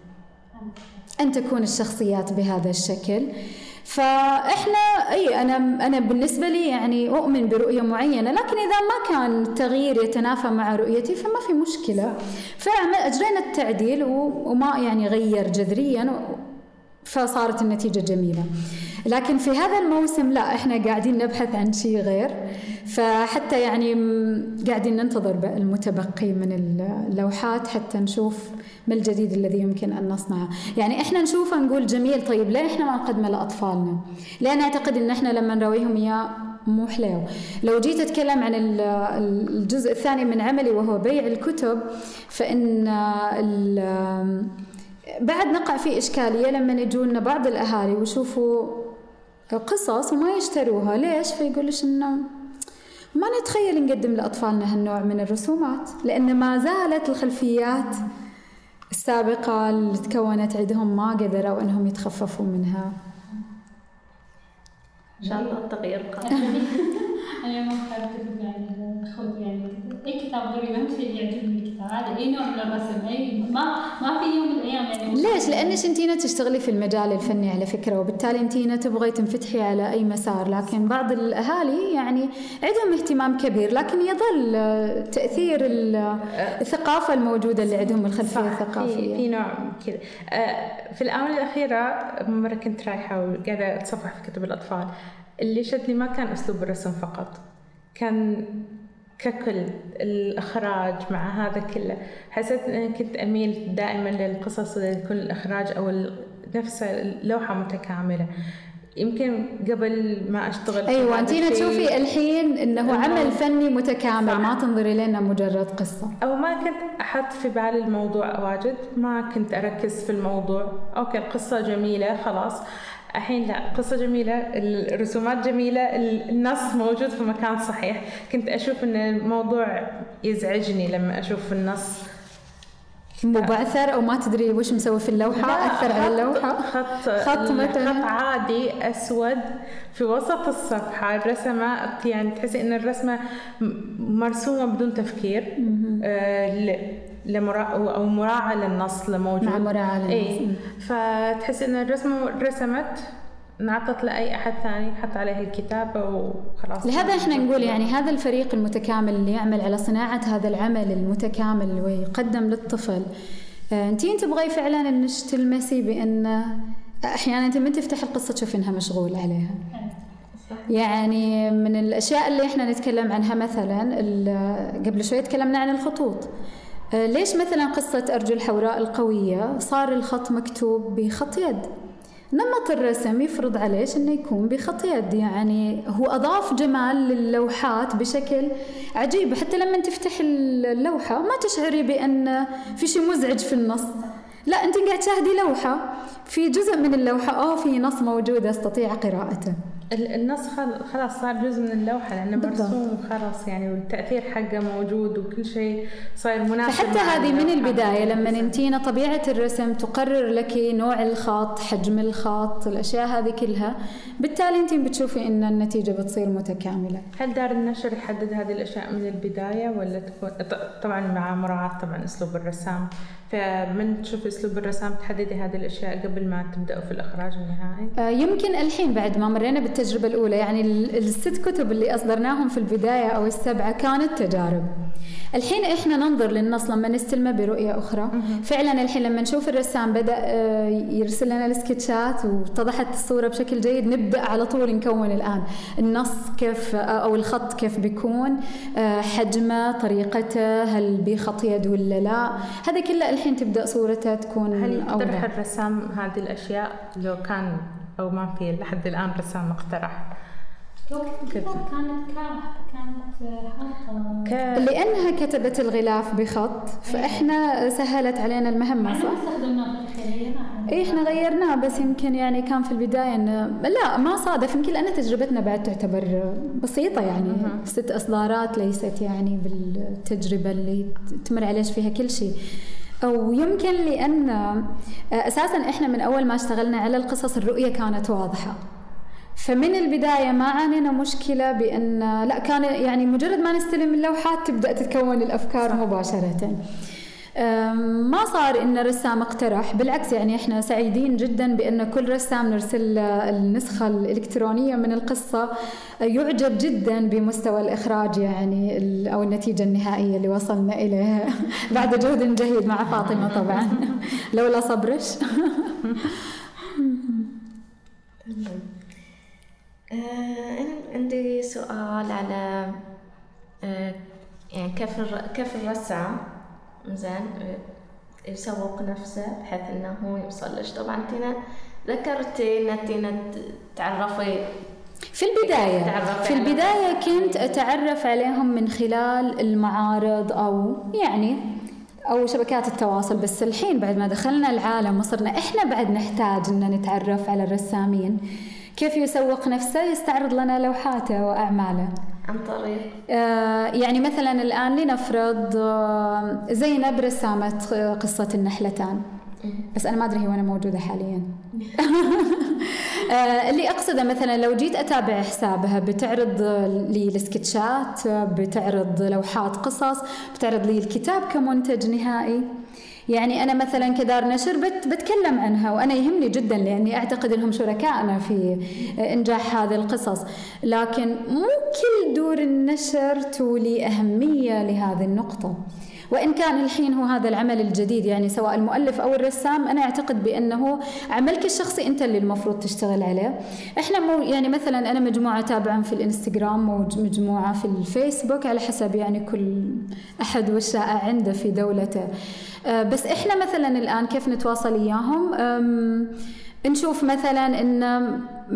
[SPEAKER 4] أن تكون الشخصيات بهذا الشكل. فإحنا أنا بالنسبة لي يعني أؤمن برؤية معينة، لكن إذا ما كان التغيير يتنافى مع رؤيتي فما في مشكلة. فأجرينا التعديل وما يعني غير جذريا، فصارت النتيجة جميلة. لكن في هذا الموسم لا، إحنا قاعدين نبحث عن شيء غير، فحتى يعني قاعدين ننتظر المتبقي من اللوحات حتى نشوف ما الجديد الذي يمكن أن نصنعه. يعني إحنا نشوفه نقول جميل، طيب ليه إحنا ما نقدمه لأطفالنا؟ لأن أعتقد إن إحنا لما نرويهم إياه مو حلو. لو جيت أتكلم عن الجزء الثاني من عملي وهو بيع الكتب، فإن بعد نقع في إشكالية لما يجونا بعض الأهالي ويشوفوا قصص وما يشتروها. ليش؟ فيقولش إنه ما نتخيل نقدم لأطفالنا هالنوع من الرسومات، لأن ما زالت الخلفيات السابقة اللي تكونت عندهم ما قدروا أنهم يتخففوا منها.
[SPEAKER 1] إن شاء الله التغيير قادم.
[SPEAKER 3] أنا ما أعرف يعني خذ يعني أي كتاب غير أهم شيء يعجبني الكتاب هذا، أي نوع من الرسم، أي ما في يوم من الأيام يعني.
[SPEAKER 4] ليش؟ لأنش أنتينا تشتغلي في المجال الفني على فكرة، وبالتالي أنتينا تبغي تنفتحي على أي مسار، لكن بعض الأهالي يعني عندهم اهتمام كبير، لكن يظل تأثير الثقافة الموجودة اللي عندهم، الخلفية الثقافية.
[SPEAKER 2] في نوع كذا. في الآونة الأخيرة مرة كنت رايحة وقاعدة أتصفح في كتب الأطفال، اللي شدني ما كان أسلوب الرسم فقط، كان ككل الإخراج مع هذا كله. حسيت أن كنت أميل دائما للقصص اللي تكون الإخراج أو نفس اللوحة متكاملة. يمكن قبل ما أشتغل
[SPEAKER 4] أيوة أنتينا تشوفي الحين إنه عمل فني متكامل، صح. ما تنظري لنا مجرد قصة،
[SPEAKER 2] أو ما كنت أحط في بالي الموضوع واجد، ما كنت أركز في الموضوع. أوكي القصة جميلة خلاص، الحين لا، قصة جميلة، الرسومات جميلة، النص موجود في مكان صحيح. كنت أشوف إن الموضوع يزعجني لما أشوف النص
[SPEAKER 4] مبعثر أو ما تدري وش مسوي في اللوحة، أثر على اللوحة.
[SPEAKER 2] خط مثلا خط عادي أسود في وسط الصفحة، الرسمة يعني تحسي إن الرسمة مرسومة بدون تفكير، أو مراعاة للنص الموجود،
[SPEAKER 4] مع مراعاة للنص.
[SPEAKER 2] إيه، فتحس إن الرسمة رسمت نعطت لأي أحد ثاني حط عليه الكتابة وخلاص.
[SPEAKER 4] لهذا إحنا نقول يعني هذا الفريق المتكامل اللي يعمل على صناعة هذا العمل المتكامل ويقدم للطفل، أنتي تبغي فعلا إنش تلمسي بأن أحيانا أنت من تفتح القصة تشوف إنها مشغول عليها. يعني من الأشياء اللي إحنا نتكلم عنها مثلا، قبل شوي تكلمنا عن الخطوط. ليش مثلا قصة أرجو الحوراء القوية صار الخط مكتوب بخط يد؟ نمط الرسم يفرض عليش إنه يكون بخط يد، يعني هو أضاف جمال للوحات بشكل عجيب. حتى لما تفتح اللوحة ما تشعري بأن في شيء مزعج في النص، لا أنت قاعد تشاهدي لوحة، في جزء من اللوحة في نص موجود أستطيع قراءته.
[SPEAKER 2] النص خلاص صار جزء من اللوحة لأنه مرسوم وخلاص، يعني والتأثير حقه موجود وكل شيء صاير مناسب.
[SPEAKER 4] فحتى هذه من البداية لما انتينا طبيعة الرسم تقرر لك نوع الخط، حجم الخط، الأشياء هذه كلها، بالتالي انتي بتشوفي إن النتيجة بتصير متكاملة.
[SPEAKER 2] هل دار النشر يحدد هذه الأشياء من البداية ولا تكون طبعا مع مراعاة طبعا أسلوب الرسام؟ فمن تشوف أسلوب الرسام تحددي هذه الأشياء قبل ما تبدأوا في الإخراج النهائي؟
[SPEAKER 4] يمكن الحين بعد ما مرينا بالتجربة الأولى، يعني الست كتب اللي أصدرناهم في البداية أو السبعة كانت تجارب. الحين إحنا ننظر للنص لما نستلمه برؤية أخرى. فعلا الحين لما نشوف الرسام بدأ يرسل لنا السكتشات واتضحت الصورة بشكل جيد، نبدأ على طول نكون الآن النص كيف أو الخط كيف بيكون، حجمه، طريقته، هل بخط يد ولا لا، هذا كله الحين تبدأ صورته تكون.
[SPEAKER 2] هل يقترح الرسام هذه الأشياء لو كان أو ما في لحد الآن رسام اقترح؟
[SPEAKER 3] كانت حاطة
[SPEAKER 4] لأنها كتبت الغلاف بخط، فإحنا سهلت علينا المهمة، صح؟ إحنا غيرناه، بس يمكن يعني كان في البداية إنه لا ما صادف، يمكن لأن تجربتنا بعد تعتبر بسيطة، يعني 6 إصدارات ليست يعني بالتجربة اللي تمر عليش فيها كل شيء. أو يمكن لأن أساساً إحنا من أول ما اشتغلنا على القصص الرؤية كانت واضحة، فمن البداية ما عانينا مشكلة بأن لا، كان يعني مجرد ما نستلم اللوحات تبدأ تتكون الأفكار مباشرة. ما صار إن رسام اقترح، بالعكس يعني إحنا سعيدين جدا بأن كل رسام نرسل النسخة الإلكترونية من القصة يعجب جدا بمستوى الإخراج يعني أو النتيجة النهائية اللي وصلنا إليها بعد جهد جهيد مع فاطمة طبعا لولا صبرش.
[SPEAKER 1] أنا عندي سؤال على يعني كيف الرسام زين يسوق نفسه بحيث انه هو يوصلش. طبعا انتنا ذكرتي انتنا تعرفي
[SPEAKER 4] في البداية كنت أتعرف عليهم من خلال المعارض، أو يعني أو شبكات التواصل. بس الحين بعد ما دخلنا العالم وصرنا إحنا بعد نحتاج إن نتعرف على الرسامين كيف يسوق نفسه، يستعرض لنا لوحاته وأعماله
[SPEAKER 1] عن طريق
[SPEAKER 4] يعني مثلا الآن لنفرض زينب رسامة قصة النحلتان، بس أنا ما أدري هي وأنا موجودة حاليا. اللي أقصده مثلا لو جيت أتابع حسابها بتعرض لي السكتشات، بتعرض لوحات قصص، بتعرض لي الكتاب كمنتج نهائي. يعني أنا مثلا كدار نشر بتكلم عنها، وأنا يهمني جدا لأني أعتقد أنهم شركائنا في إنجاح هذه القصص، لكن مو كل دور النشر تولي أهمية لهذه النقطة. وإن كان الحين هو هذا العمل الجديد، يعني سواء المؤلف أو الرسام، أنا أعتقد بأنه عملك الشخصي أنت اللي المفروض تشتغل عليه. إحنا يعني مثلا أنا مجموعة تابعهم في الإنستغرام ومجموعة في الفيسبوك على حسب يعني كل أحد والشائع عنده في دولته. بس إحنا مثلا الآن كيف نتواصل إياهم؟ نشوف مثلا إن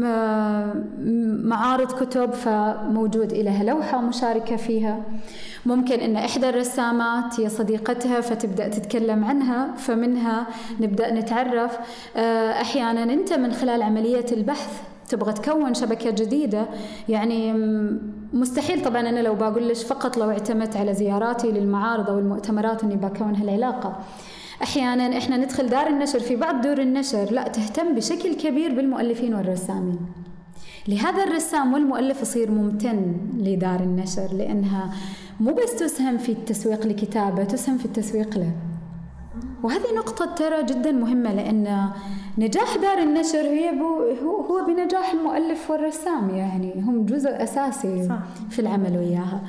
[SPEAKER 4] معارض كتب فموجود إلها لوحة مشاركة فيها، ممكن إن إحدى الرسامات هي صديقتها فتبدأ تتكلم عنها، فمنها نبدأ نتعرف. أحيانا أنت من خلال عملية البحث تبغى تكون شبكة جديدة، يعني مستحيل طبعا أنا لو بقول لك فقط لو اعتمدت على زياراتي للمعارض أو المؤتمرات أني بكون هالعلاقة. أحيانا إحنا ندخل دار النشر، في بعض دور النشر لا تهتم بشكل كبير بالمؤلفين والرسامين، لهذا الرسام والمؤلف يصير ممتن لدار النشر، لأنها مو بس تسهم في التسويق لكتابة، تسهم في التسويق له. وهذه نقطة ترى جدا مهمة، لأن نجاح دار النشر هو بنجاح المؤلف والرسام، يعني هم جزء أساسي في العمل وياها.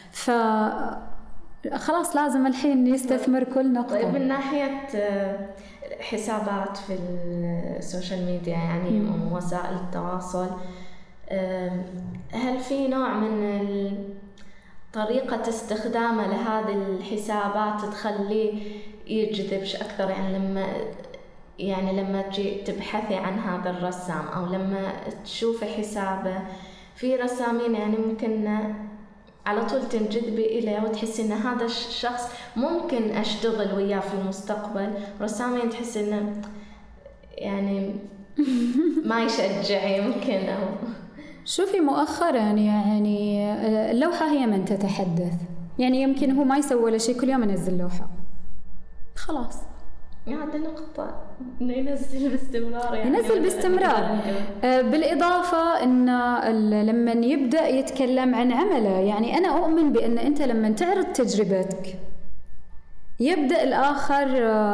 [SPEAKER 4] خلاص لازم الحين يستثمر كل نقطة.
[SPEAKER 1] طيب من ناحية حسابات في السوشيال ميديا يعني وسائل التواصل، هل في نوع من طريقة استخدامه لهذه الحسابات تخليه يجذبش أكثر؟ يعني لما تجي تبحثي عن هذا الرسام أو لما تشوفي حسابه، في رسامين يعني ممكن على طول تنجذبي إليه وتحسي إن هذا الشخص ممكن أشتغل وياه في المستقبل، رسامين تحسي إنه يعني ما يشجع يمكن. أو
[SPEAKER 4] شوفي مؤخرا يعني اللوحة هي من تتحدث، يعني يمكن هو ما يسوي ولا شيء، كل يوم ينزل لوحة خلاص.
[SPEAKER 1] هذه نقطة إنه ينزل باستمرار، يعني
[SPEAKER 4] ينزل باستمرار. بالإضافة إن لما يبدأ يتكلم عن عمله، يعني أنا أؤمن بأن أنت لما تعرض تجربتك يبدأ الآخر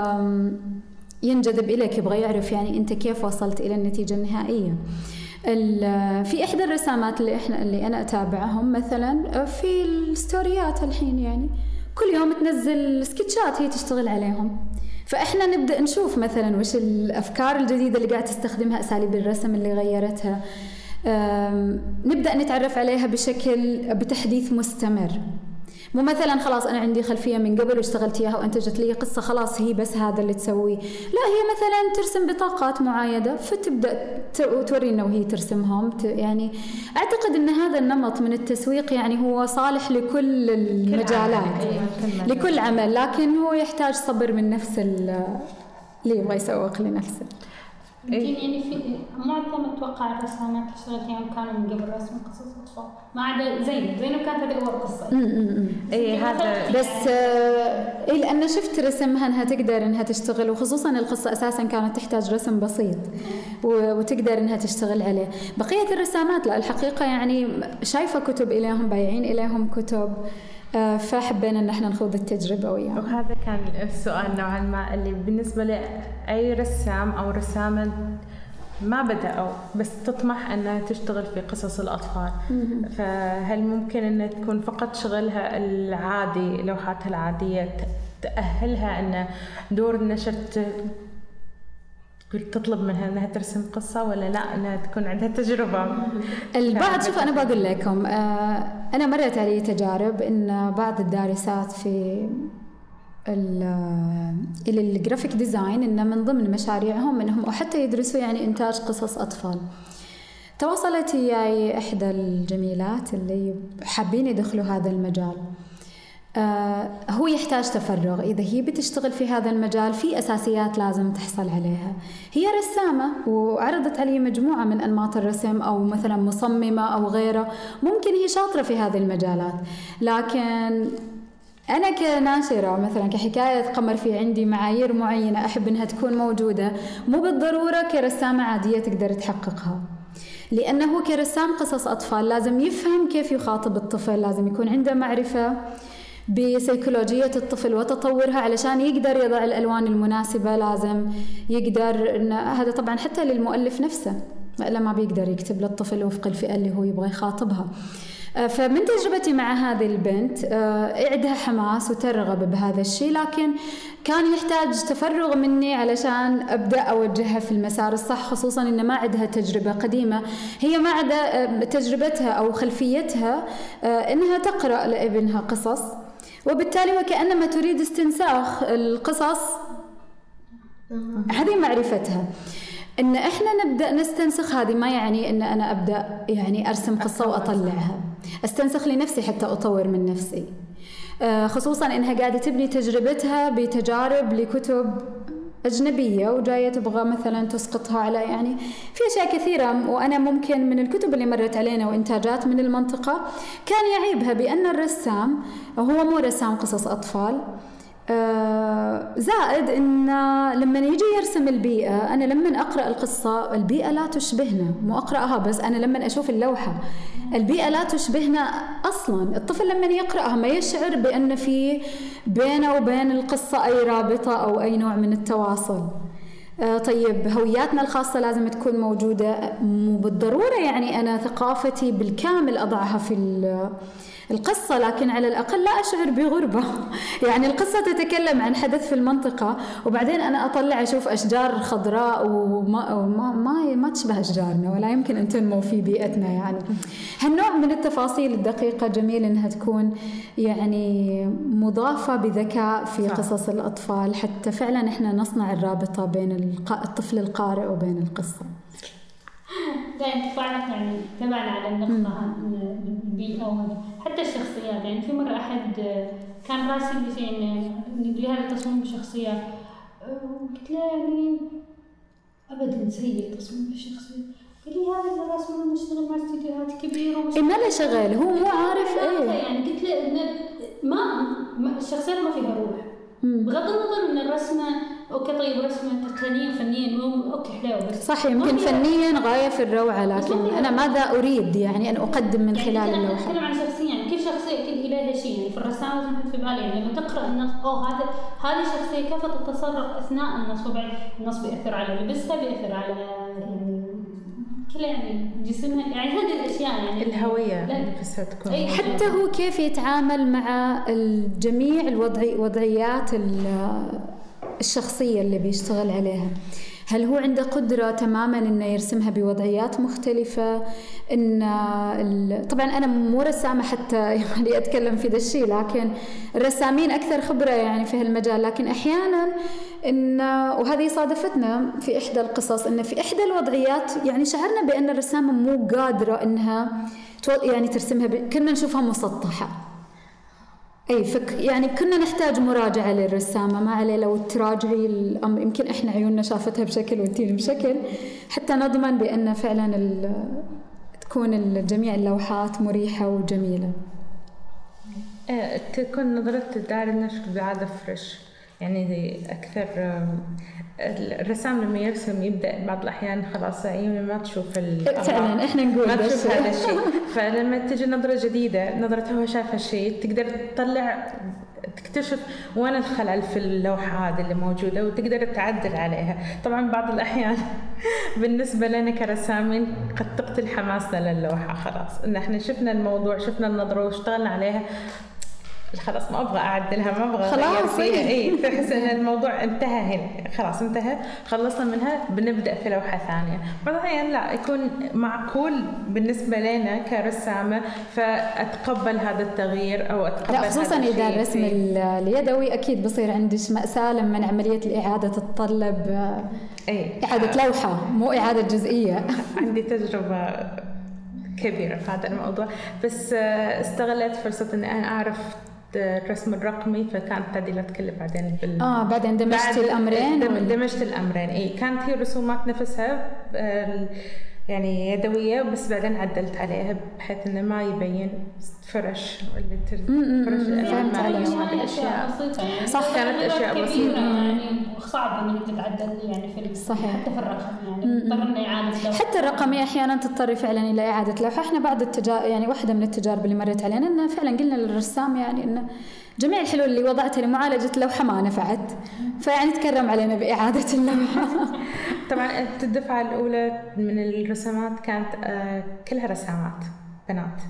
[SPEAKER 4] ينجذب إليك، يبغى يعرف يعني أنت كيف وصلت إلى النتيجة النهائية. في إحدى الرسامات اللي أنا أتابعهم مثلا في الستوريات الحين، يعني كل يوم تنزل سكتشات هي تشتغل عليهم، فإحنا نبدأ نشوف مثلا وش الأفكار الجديدة اللي قاعد تستخدمها، أساليب الرسم اللي غيرتها، نبدأ نتعرف عليها بتحديث مستمر. مو مثلا خلاص أنا عندي خلفية من قبل واشتغلت إياها وأنتجت لي قصة خلاص هي بس هذا اللي تسويه، لا، هي مثلا ترسم بطاقات معايدة فتبدأ تورينا وهي ترسمهم. يعني أعتقد أن هذا النمط من التسويق يعني هو صالح لكل المجالات، لكل عمل، لكن هو يحتاج صبر من نفس اللي يبغى يسوق لنفسه.
[SPEAKER 3] يعني في معظم أتوقع الرسامات اللي اشتغلت كانوا من قبل رسم قصص أطفال، ما عدا زينب كانت هذه أول قصة.
[SPEAKER 2] هذا
[SPEAKER 4] بس لأن شفت رسمها أنها تقدر أنها تشتغل، وخصوصا القصة أساسا كانت تحتاج رسم بسيط وتقدر أنها تشتغل عليه. بقية الرسامات لا، الحقيقة يعني شايفة كتب إليهم، بايعين إليهم كتب، فحبينا ان احنا نخوض التجربه وياهم.
[SPEAKER 2] وهذا كان السؤال نوعا ما اللي بالنسبه لاي رسام او رسامه ما بدأوا بس تطمح انها تشتغل في قصص الاطفال، فهل ممكن ان تكون فقط شغلها العادي، لوحاتها العاديه تأهلها ان دور النشر تطلب منها انها ترسم قصه، ولا لا انها تكون عندها تجربه؟
[SPEAKER 4] البعض شوف انا بقول لكم انا مرت علي تجارب ان بعض الدارسات في الجرافيك ديزاين ان من ضمن مشاريعهم انهم حتى يدرسوا يعني انتاج قصص اطفال. تواصلت وياي احدى الجميلات اللي حابين يدخلوا هذا المجال، هو يحتاج تفرغ. إذا هي بتشتغل في هذا المجال في أساسيات لازم تحصل عليها. هي رسامة وعرضت علي مجموعة من أنماط الرسم، أو مثلا مصممة أو غيره، ممكن هي شاطرة في هذه المجالات، لكن أنا كناشرة مثلا كحكاية قمر في عندي معايير معينة أحب أنها تكون موجودة، مو بالضرورة كرسامة عادية تقدر تحققها، لأنه كرسام قصص أطفال لازم يفهم كيف يخاطب الطفل، لازم يكون عنده معرفة بسيكولوجية الطفل وتطورها علشان يقدر يضع الألوان المناسبة، لازم يقدر إن هذا طبعا حتى للمؤلف نفسه، وإلا ما بيقدر يكتب للطفل وفق الفئة اللي هو يبغى يخاطبها. فمن تجربتي مع هذه البنت عندها حماس وترغب بهذا الشيء، لكن كان يحتاج تفرغ مني علشان أبدأ أوجهها في المسار الصح، خصوصا إن ما عندها تجربة قديمة. هي ما عندها تجربتها أو خلفيتها إنها تقرأ لابنها قصص، وبالتالي وكأنما تريد استنساخ القصص. هذه معرفتها. إن إحنا نبدأ نستنسخ هذه ما يعني إن أنا أبدأ يعني أرسم قصة وأطلعها، أستنسخ لنفسي حتى أطور من نفسي، خصوصا إنها قاعدة تبني تجربتها بتجارب لكتب أجنبية وجاية تبغى مثلا تسقطها على يعني في أشياء كثيرة. وأنا ممكن من الكتب اللي مرت علينا وإنتاجات من المنطقة كان يعيبها بأن الرسام هو مو رسام قصص أطفال، زائد إن لما يجي يرسم البيئة، أنا لما أقرأ القصة البيئة لا تشبهنا، مو أقرأها بس، أنا لما أشوف اللوحة البيئة لا تشبهنا أصلا. الطفل لما يقرأها ما يشعر بأن في بينه وبين القصة أي رابطة أو أي نوع من التواصل. طيب هوياتنا الخاصة لازم تكون موجودة، مو بالضرورة يعني أنا ثقافتي بالكامل أضعها في القصة، لكن على الأقل لا أشعر بغربة. يعني القصة تتكلم عن حدث في المنطقة وبعدين أنا أطلع أشوف أشجار خضراء وما تشبه أشجارنا ولا يمكن أن تنمو في بيئتنا. يعني هالنوع من التفاصيل الدقيقة جميل أنها تكون يعني مضافة بذكاء في قصص الأطفال، حتى فعلا إحنا نصنع الرابطة بين الطفل القارئ وبين القصة.
[SPEAKER 3] يعني تبعنا على النقطة البيئة حتى الشخصيات. يعني في مرة أحد كان راسم لي شيء نقول هذا تصميم بشخصية، قلت له يعني أبدا سيء تصميم بشخصية. قال لي هذا الرسم أنا نشتغل مع استديوهات كبيرة
[SPEAKER 4] ما له شغل، هو مو عارف إيه.
[SPEAKER 3] يعني قلت له ما الشخصيات ما فيها روح، بغض النظر ان الرسمه اوكي طيب رسمه تقنيا فنيا اوكي حلوه بس
[SPEAKER 4] صح يمكن فنيا غايه في الروعه، لكن انا ماذا اريد يعني ان اقدم من خلال
[SPEAKER 3] يعني
[SPEAKER 4] اللوحه.
[SPEAKER 3] اتكلم عن شخصيه، يعني كل شخصيه كل لها شيء. يعني في الرسام لازم تحط في بالي يعني لما تقرا النص هذه الشخصيه كيف تتصرف اثناء النص، وبعد النص بيأثر على لبسها، بيأثر على يعني كل يعني جسمها، يعني هذه الاشياء يعني
[SPEAKER 2] الهويه نفسها تكون
[SPEAKER 4] حتى هو كيف يتعامل مع الجميع الوضعيات الشخصيه اللي بيشتغل عليها. هل هو عنده قدرة تماماً إنه يرسمها بوضعيات مختلفة؟ طبعاً أنا مو رسامة حتى يعني أتكلم في ذا الشيء، لكن الرسامين أكثر خبرة يعني في هالمجال. لكن أحياناً وهذه صادفتنا في إحدى القصص إن في إحدى الوضعيات يعني شعرنا بأن الرسامة مو قادرة إنها يعني ترسمها كنا نشوفها مسطحة. يعني كنا نحتاج مراجعة للرسامة، ما عليه لو تراجعي الأمر، يمكن إحنا عيوننا شافتها بشكل وانتين بشكل، حتى نضمن بأن فعلا تكون جميع اللوحات مريحة وجميلة.
[SPEAKER 2] تكون نظرة دار النشر بعادة فريش، يعني أكثر الرسام لما يرسم يبدأ بعض الأحيان خلاص عيوني ما تشوف
[SPEAKER 4] فعلا إحنا نقول
[SPEAKER 2] ما تشوف هذا الشيء، فلما تجي نظرة جديدة نظرته هو شاف هالشيء تقدر تطلع تكتشف وين الخلل في اللوحة هذه اللي موجودة وتقدر تعدل عليها. طبعا بعض الأحيان بالنسبة لنا كرسامين قد تقتل حماسنا للوحة، خلاص إن إحنا شفنا الموضوع شفنا النظرة واشتغلنا عليها، خلاص ما أبغى أعدلها ما أبغى أغير فيها. تحس إن الموضوع انتهى هنا، خلاص انتهى خلصنا منها بنبدأ في لوحة ثانية. بعض الأحيان لا يكون معقول بالنسبة لنا كرسامة فأتقبل هذا التغيير أو أتقبل
[SPEAKER 4] لا خصوصا إذا الرسم اليدوي أكيد بصير عندش مأساة لما عملية الإعادة تتطلب إعادة لوحة مو إعادة جزئية.
[SPEAKER 2] عندي تجربة كبيرة في هذا الموضوع، بس استغلت فرصة إن أنا أعرف الرسم الرقمي، فكانت تعديلات كلها بعدين
[SPEAKER 4] بعدين دمجت الأمرين.
[SPEAKER 2] دمجت الأمرين. كانت هي الرسومات نفسها يعني يدوية، بس بعدين عدلت عليها بحيث إنه ما يبين فرش اللي فرش.
[SPEAKER 4] فهمت عليك.
[SPEAKER 3] أشياء بسيطة يعني.
[SPEAKER 4] صح،
[SPEAKER 2] كانت أشياء بسيطة
[SPEAKER 3] يعني صعب إنك تتعدل يعني في
[SPEAKER 4] صحيح.
[SPEAKER 3] حتى في الرقم يعني اضطرنا إعادة لوحة.
[SPEAKER 4] حتى الرقمية أحيانا تضطري فعلا إلى إعادة لوحة. إحنا بعض يعني واحدة من التجارب اللي مرت علينا إنه فعلا قلنا للرسام يعني إنه جميع الحلول اللي وضعتها لمعالجة اللوحة ما نفعت، فيعني تكرم علينا بإعادة اللوحة.
[SPEAKER 2] طبعا الدفعة الأولى من الرسامات كانت كلها رسامات بنات.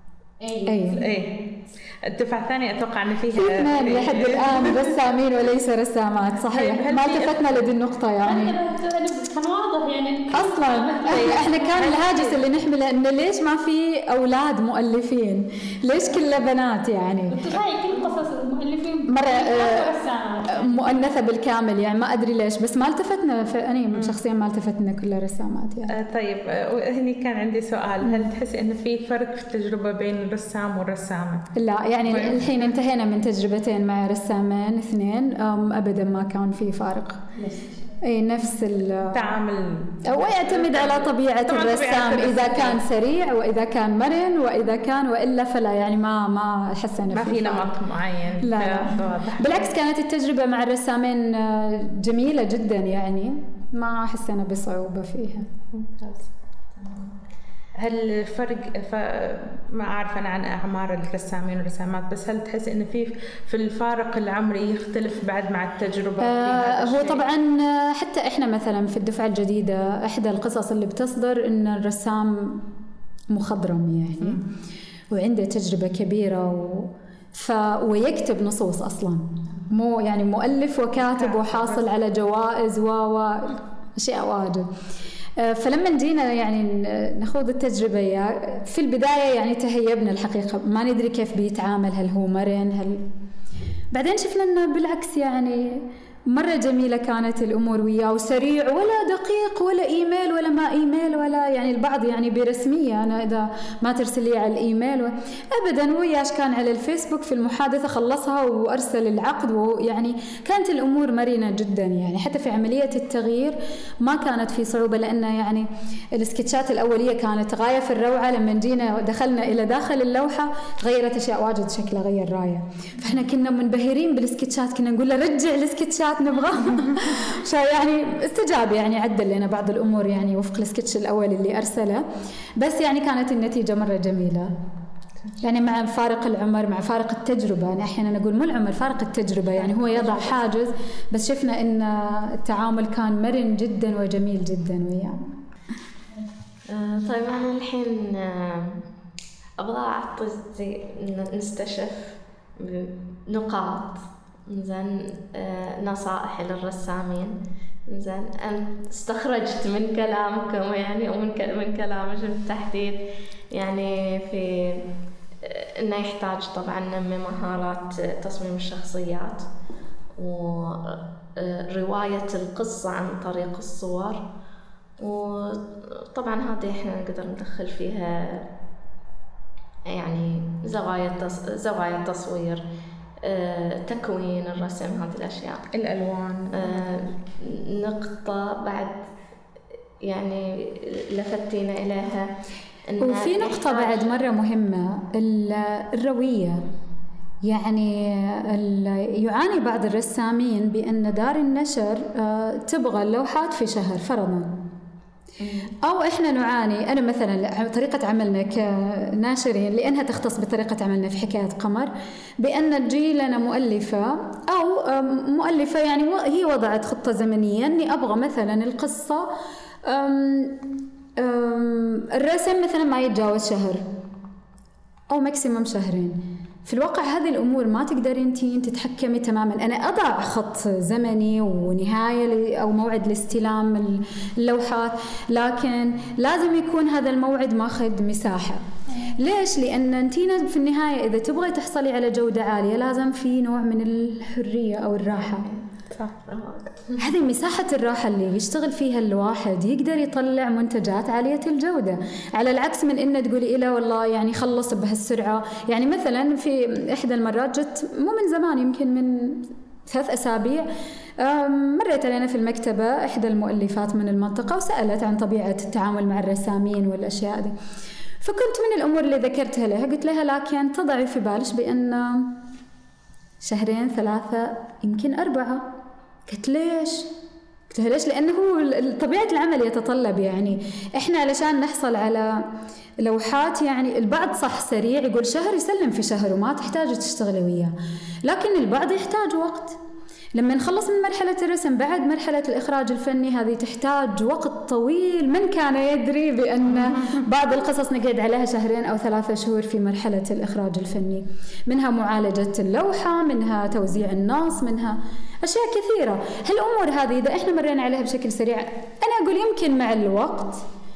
[SPEAKER 4] أي.
[SPEAKER 2] الدفعة الثانية أتوقع أن فيها
[SPEAKER 4] اثنين لحد الآن رسامين وليس رسامات. صحيح، ما التفتنا لدي النقطة يعني.
[SPEAKER 3] كان واضح يعني
[SPEAKER 4] أصلاً إحنا كان الهاجس اللي نحمله إنه ليش ما في أولاد مؤلفين، ليش كله بنات يعني.
[SPEAKER 3] تخيل كل قصص المؤلفين
[SPEAKER 4] مرة مؤنثة بالكامل يعني، ما أدري ليش، بس ما التفتنا أنا شخصياً ما التفتنا كلها رسامات يعني.
[SPEAKER 2] طيب هني كان عندي سؤال، هل تحس إنه في فرق في التجربة بين الرسام والرسامة؟
[SPEAKER 4] لا يعني الحين انتهينا من تجربتين مع رسامين اثنين، أبدا ما كان في فارق. اي نفس
[SPEAKER 2] التعامل،
[SPEAKER 4] ويعتمد على طبيعة الرسام، إذا كان سريع وإذا كان مرن وإذا كان وإلا فلا يعني ما حسنا
[SPEAKER 2] ما في نمط معين.
[SPEAKER 4] لا. بالعكس كانت التجربة مع الرسامين جميلة جدا يعني، ما حسنا بصعوبة فيها.
[SPEAKER 2] ممتاز. هل الفرق ما أعرف أنا عن أعمار الرسامين والرسامات، بس هل تحس إن في الفارق العمري يختلف بعد مع التجربة؟
[SPEAKER 4] هو طبعا حتى إحنا مثلا في الدفعة الجديدة إحدى القصص اللي بتصدر إن الرسام مخضرم يعني وعنده تجربة كبيرة ويكتب نصوص أصلا، مو يعني مؤلف وكاتب وحاصل على جوائز وأشياء واجد. فلما جينا يعني نخوض التجربة في البداية يعني تهيبنا الحقيقة، ما ندري كيف بيتعامل، هل هو مرن بعدين شفنا أنه بالعكس يعني مرة جميلة كانت الأمور وياه، وسريع ولا دقيق ولا إيميل ولا ما إيميل ولا يعني البعض يعني برسمية أنا إذا ما ترسل لي على الإيميل أبدا، وياش كان على الفيسبوك في المحادثة خلصها وأرسل العقد، ويعني كانت الأمور مرنة جدا يعني. حتى في عملية التغيير ما كانت في صعوبة، لأن يعني السكتشات الأولية كانت غاية في الروعة. لما جينا دخلنا إلى داخل اللوحة غيرت أشياء واجد، شكلها غير راية، فإحنا كنا منبهرين بالسكتشات، كنا نقول له رجع السكتشات نبغى. يعني استجاب يعني عدل لنا بعض الأمور يعني وفق السكتش الأول اللي أرسله، بس يعني كانت النتيجة مرة جميلة يعني. مع فارق العمر مع فارق التجربة، يعني أحيانا نقول مو العمر، فارق التجربة يعني هو يضع حاجز، بس شفنا إن التعامل كان مرن جدا وجميل جدا وياه.
[SPEAKER 1] طيب أنا الحين أبغى أعطي نستشف نقاط زين نصائح للرسامين. زين أنا استخرجت من كلامكم يعني ومن كلامك بالتحديد يعني في إنه يحتاج طبعا نمي مهارات تصميم الشخصيات ورواية القصة عن طريق الصور، وطبعا هذه إحنا نقدر ندخل فيها يعني زوايا التصوير، تكوين الرسم، هذه الأشياء،
[SPEAKER 2] الألوان.
[SPEAKER 1] نقطة بعد يعني لفتينا إليها،
[SPEAKER 4] وفي نقطة بعد مرة مهمة، الروية. يعني يعاني بعض الرسامين بأن دار النشر تبغى اللوحات في شهر فرضاً، أو إحنا نعاني، أنا مثلا طريقة عملنا كناشرين لأنها تختص بطريقة عملنا في حكاية قمر، بأن تجي لنا مؤلفة أو مؤلفة يعني هي وضعت خطة زمنية أني أبغى مثلا القصة الرسم مثلا ما يتجاوز شهر أو ماكسيمم شهرين. في الواقع هذه الأمور ما تقدرين انتين تتحكمي تماما. أنا أضع خط زمني ونهاية أو موعد لاستلام اللوحات، لكن لازم يكون هذا الموعد ماخذ مساحة. ليش؟ لأن انتين في النهاية إذا تبغي تحصلي على جودة عالية لازم في نوع من الحرية أو الراحة.
[SPEAKER 2] صح.
[SPEAKER 4] هذه مساحة الراحة اللي يشتغل فيها الواحد يقدر يطلع منتجات عالية الجودة، على العكس من إن تقولي إلا والله يعني خلص بهالسرعة. يعني مثلا في إحدى المرات جت مو من زمان، يمكن من 3 أسابيع، مرت علينا في المكتبة إحدى المؤلفات من المنطقة وسألت عن طبيعة التعامل مع الرسامين والأشياء دي. فكنت من الأمور اللي ذكرتها لها قلت لها لكن تضعي في بالش بأن 2 3 يمكن 4. قلت ليش؟ قلت لها ليش؟ لأنه طبيعة العمل يتطلب، يعني إحنا علشان نحصل على لوحات، يعني البعض صح سريع يقول شهر يسلم في شهر وما تحتاج تشتغلي وياه، لكن البعض يحتاج وقت. لما نخلص من مرحلة الرسم بعد مرحلة الإخراج الفني هذه تحتاج وقت طويل. من كان يدري بأن بعض القصص نقعد عليها 2 أو 3 شهور في مرحلة الإخراج الفني، منها معالجة اللوحة، منها توزيع النص، منها أشياء كثيرة. هالأمور هذه إذا إحنا مرينا عليها بشكل سريع أنا أقول يمكن مع الوقت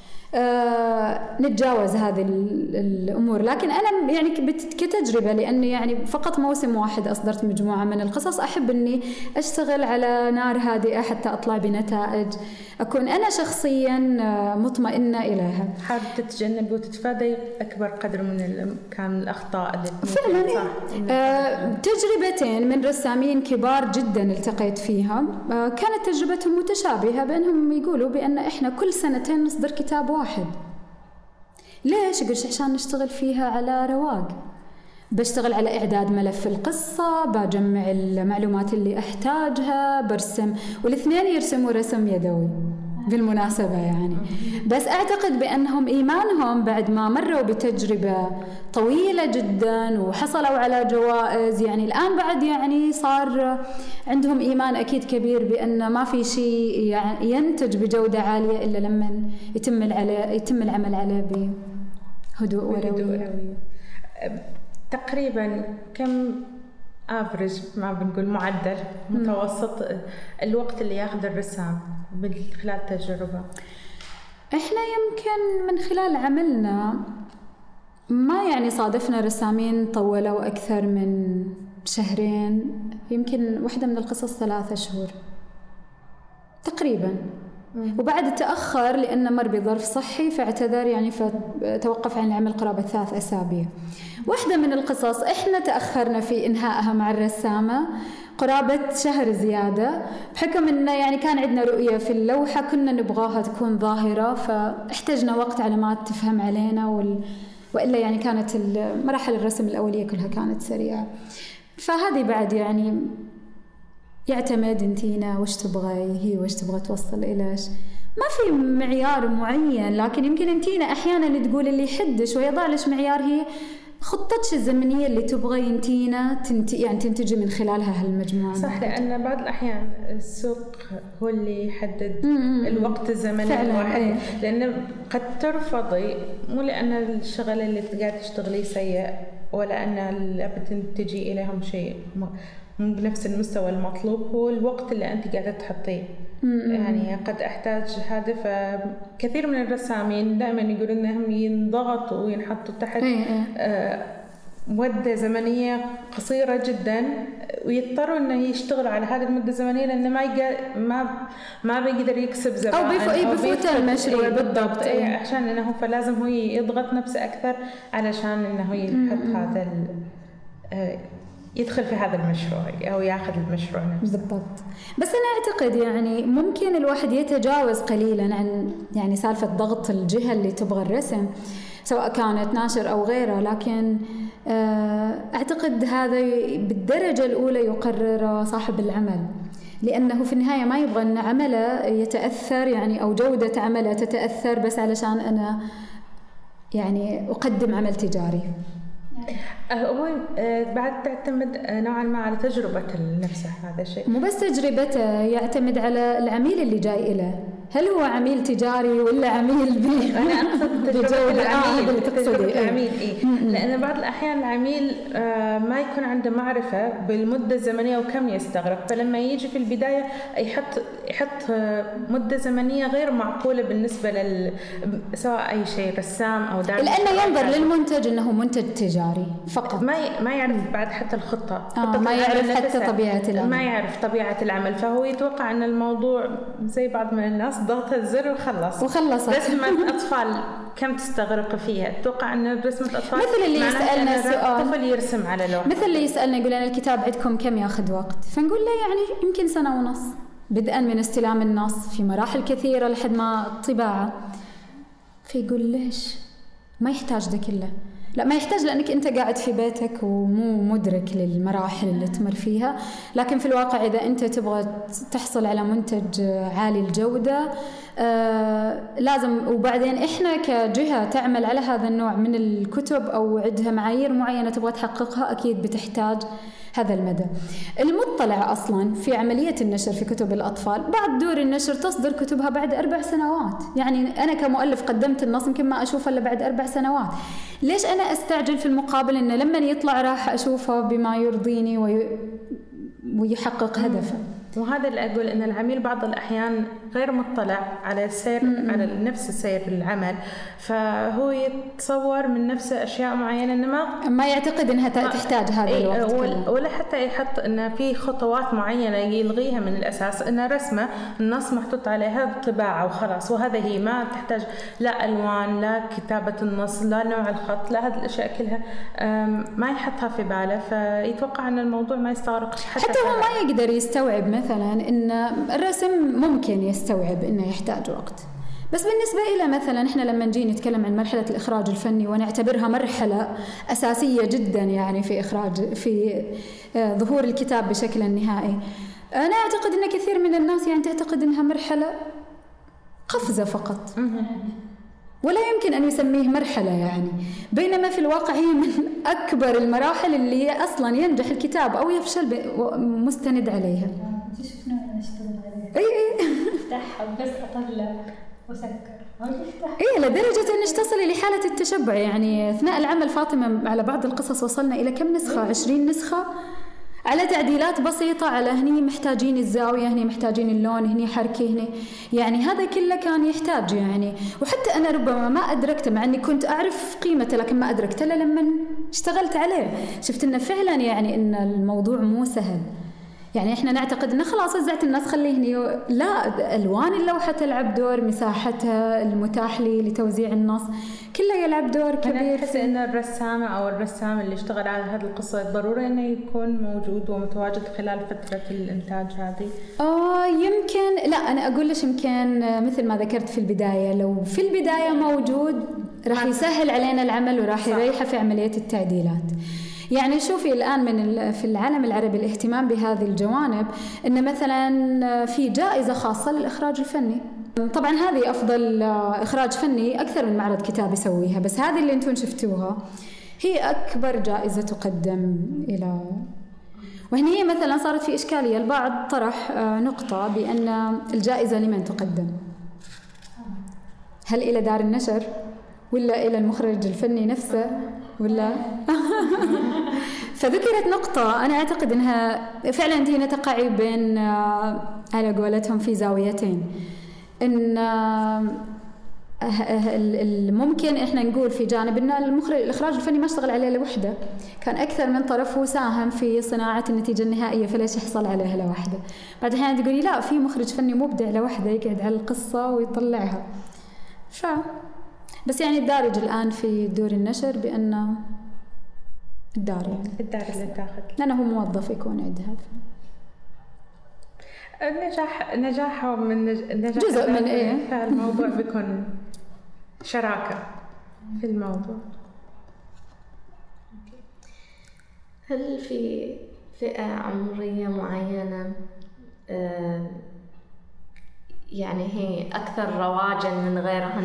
[SPEAKER 4] نتجاوز هذه الأمور. لكن أنا يعني كتجربة، لأني يعني فقط موسم واحد أصدرت مجموعة من القصص، أحب أني أشتغل على نار هادئة حتى أطلع بنتائج أكون أنا شخصيا مطمئنة إليها.
[SPEAKER 2] حابة تتجنب وتتفادى أكبر قدر من الإمكان من الأخطاء اللي
[SPEAKER 4] فعلا. تجربتين من رسامين كبار جدا التقيت فيها، كانت تجربتهم متشابهة، بأنهم يقولوا بأن إحنا كل 2 سنين نصدر كتاب واحد. ليش؟ قلت عشان نشتغل فيها على رواق، بشتغل على إعداد ملف القصة، بجمع المعلومات اللي أحتاجها، برسم، والاثنين يرسموا رسم يدوي بالمناسبة يعني. بس أعتقد بأنهم إيمانهم بعد ما مروا بتجربة طويلة جدا وحصلوا على جوائز، يعني الآن بعد يعني صار عندهم إيمان أكيد كبير بأن ما في شيء يعني ينتج بجودة عالية إلا لما يتم العمل عليه بهدوء وروية.
[SPEAKER 2] تقريبا كم افريج، ما بنقول معدل، متوسط الوقت اللي ياخذ الرسام من خلال تجربة؟
[SPEAKER 4] احنا يمكن من خلال عملنا ما يعني صادفنا رسامين طولوا اكثر من 2 يمكن واحدة من القصص 3 شهور تقريبا. وبعد تأخر لأنه مر بظرف صحي فاعتذر، يعني فتوقف عن العمل قرابة 3 أسابيع. واحدة من القصص إحنا تأخرنا في إنهائها مع الرسامة قرابة 1 شهر زيادة، بحكم إنه يعني كان عندنا رؤية في اللوحة كنا نبغاها تكون ظاهرة، فاحتجنا وقت على ما تفهم علينا وإلا يعني كانت مراحل الرسم الأولية كلها كانت سريعة. فهذه بعد يعني يعتمد انتينا وش تبغي، هي وش تبغى توصل إليش، ما في معيار معين. لكن يمكن انتينا أحيانا تقول اللي يحدش ويضع لش معيار هي خطتش الزمنية اللي تبغى انتينا يعني تنتجي من خلالها هالمجموعة.
[SPEAKER 2] صح، لأن بعض الأحيان السوق هو اللي يحدد الوقت الزمني الواحد. لأن قد ترفضي مو لأن الشغل اللي قاعد تشتغليه سيء، ولا أن اللي بتنتجي إليهم شيء مو بنفس المستوى المطلوب، هو الوقت اللي أنت قاعدة تحطيه. يعني قد أحتاج هذا. فكثير من الرسامين دائما يقولون أنهم ينضغطوا وينحطوا تحت مدة زمنية قصيرة جدا، ويضطروا أنه يشتغلوا على هذه المدة الزمنية لأنه ما بيقدر يكسب زبائن
[SPEAKER 4] أو بفوت المشروع. بالضبط.
[SPEAKER 2] عشان أنه فلازم هو يضغط نفسه أكثر علشان أنه يحط هذا يدخل في هذا المشروع أو يأخذ المشروع نفسه.
[SPEAKER 4] بالضبط. بس أنا أعتقد يعني ممكن الواحد يتجاوز قليلا عن يعني سالفة ضغط الجهة اللي تبغى الرسم، سواء كانت ناشر أو غيره. لكن أعتقد هذا بالدرجة الأولى يقرر صاحب العمل، لأنه في النهاية ما يبغى أن عمله يتأثر يعني أو جودة عمله تتأثر بس علشان أنا يعني أقدم عمل تجاري.
[SPEAKER 2] هو بعد تعتمد نوعا ما على تجربة نفسه. هذا الشيء
[SPEAKER 4] مو بس تجربته، يعتمد على العميل اللي جاي إله. هل هو عميل تجاري ولا عميل
[SPEAKER 2] أنا أقصد تجربة العميل
[SPEAKER 4] إيه؟
[SPEAKER 2] لأن بعض الأحيان العميل ما يكون عنده معرفة بالمدة الزمنية وكم يستغرق، فلما يجي في البداية يحط مدة زمنية غير معقولة بالنسبة سواء أي شيء رسام أو دارس،
[SPEAKER 4] لأنه ينظر للمنتج أنه منتج تجاري فقط،
[SPEAKER 2] ما يعرف بعد حتى الخطة
[SPEAKER 4] ما يعرف حتى طبيعة العمل،
[SPEAKER 2] ما يعرف طبيعة العمل، فهو يتوقع أن الموضوع زي بعض من الناس ضغط الزر وخلصت. رسمة أطفال كم تستغرق فيها؟ أتوقع أن رسمة أطفال
[SPEAKER 4] مثل اللي يسألنا سؤال،
[SPEAKER 2] طفل يرسم على لوحة،
[SPEAKER 4] مثل اللي يسألنا يقول لنا الكتاب عندكم كم ياخذ وقت؟ فنقول له يعني يمكن 1.5 سنة، بدءا من استلام النص في مراحل كثيرة لحد ما الطباعة. فيقول ليش؟ ما يحتاج ده كله. لا ما يحتاج، لأنك أنت قاعد في بيتك ومو مدرك للمراحل اللي تمر فيها، لكن في الواقع إذا أنت تبغى تحصل على منتج عالي الجودة لازم. وبعدين إحنا كجهة تعمل على هذا النوع من الكتب أو عندها معايير معينة تبغى تحققها، أكيد بتحتاج هذا المدى. المطلع أصلاً في عملية النشر في كتب الأطفال، بعد دور النشر تصدر كتبها بعد 4 سنوات. يعني أنا كمؤلف قدمت النص يمكن ما أشوفه إلا بعد 4 سنوات. ليش أنا أستعجل في المقابل إن لما يطلع راح أشوفه بما يرضيني ويحقق هدفه؟
[SPEAKER 2] وهذا اللي أقول إن العميل بعض الأحيان غير مطلع على على نفس سير العمل، فهو يتصور من نفسه أشياء معينة إنه
[SPEAKER 4] ما يعتقد إنها تحتاج هذا الوقت
[SPEAKER 2] ولا حتى يحط إنه في خطوات معينة يلغيها من الأساس، إنه رسمة النص محطوط عليها الطباعة وخلاص، وهذا هي ما تحتاج لا ألوان لا كتابة النص لا نوع الخط لا هذه الأشياء كلها ما يحطها في باله، فيتوقع أن الموضوع ما يستغرق
[SPEAKER 4] حتى هو ما يقدر يستوعب مثلا إن الرسم ممكن يستوعب إنه يحتاج وقت. بس بالنسبة إلى مثلا إحنا لما نجي نتكلم عن مرحلة الإخراج الفني ونعتبرها مرحلة أساسية جدا يعني في ظهور الكتاب بشكل نهائي، أنا أعتقد إن كثير من الناس يعني تعتقد إنها مرحلة قفزة فقط ولا يمكن أن يسميه مرحلة يعني، بينما في الواقع هي من أكبر المراحل اللي أصلا ينجح الكتاب أو يفشل مستند عليها.
[SPEAKER 3] شفنا أنا أشتغل عليها.
[SPEAKER 4] إيه
[SPEAKER 3] افتحها بس أطلع وسكر.
[SPEAKER 4] لدرجة أن تصلي لحالة التشبع. يعني أثناء العمل فاطمة على بعض القصص وصلنا إلى كم نسخة؟ 20 نسخة على تعديلات بسيطة، على هني محتاجين الزاوية، هني محتاجين اللون، هني حركة، هني يعني هذا كله كان يحتاج يعني. وحتى أنا ربما ما أدركته مع أني كنت أعرف قيمته، لكن ما أدركته لما اشتغلت عليه. شفت أنه فعلا يعني أن الموضوع مو سهل. يعني إحنا نعتقد إنه خلاص وزعت الناس خليه هني، لا، ألوان اللوحة تلعب دور، مساحتها المتاح لي لتوزيع النص كله يلعب دور كبير.
[SPEAKER 2] أنا أحس إن الرسامة أو الرسام اللي اشتغل على هذه القصة ضروري إنه يكون موجود ومتواجد خلال فترة الإنتاج هذه.
[SPEAKER 4] يمكن لا، أنا أقول لك يمكن مثل ما ذكرت في البداية، لو في البداية موجود راح يسهل علينا العمل وراح يريحه في عملية التعديلات. يعني شوفي الآن في العالم العربي الاهتمام بهذه الجوانب، إن مثلا في جائزة خاصة للإخراج الفني. طبعا هذه أفضل إخراج فني أكثر من معرض كتاب يسويها، بس هذه اللي أنتم شفتوها هي أكبر جائزة تقدم إلى. وهني مثلا صارت في إشكالية، البعض طرح نقطة بأن الجائزة لمن تقدم؟ هل إلى دار النشر ولا إلى المخرج الفني نفسه ولا فذكرت نقطة أنا أعتقد أنها فعلا أنت هنا تقعي بين على قولتهم في زاويتين. إن ممكن إحنا نقول في جانب أن الإخراج الفني ما اشتغل عليه لوحده، كان أكثر من طرف وساهم في صناعة النتيجة النهائية، فليش يحصل عليها لوحده؟ بعد أحيانا تقولي لا، في مخرج فني مبدع لوحده يقعد على القصة ويطلعها. بس يعني الدارج الآن في دور النشر بأن الدار
[SPEAKER 2] اللي تاخذ،
[SPEAKER 4] لأنه هو موظف يكون عندها
[SPEAKER 2] نجاح من نجاح
[SPEAKER 4] جزء من إيه؟
[SPEAKER 2] فالموضوع بيكون شراكة في الموضوع.
[SPEAKER 1] هل في فئة عمرية معينة يعني هي أكثر رواجاً من غيرها،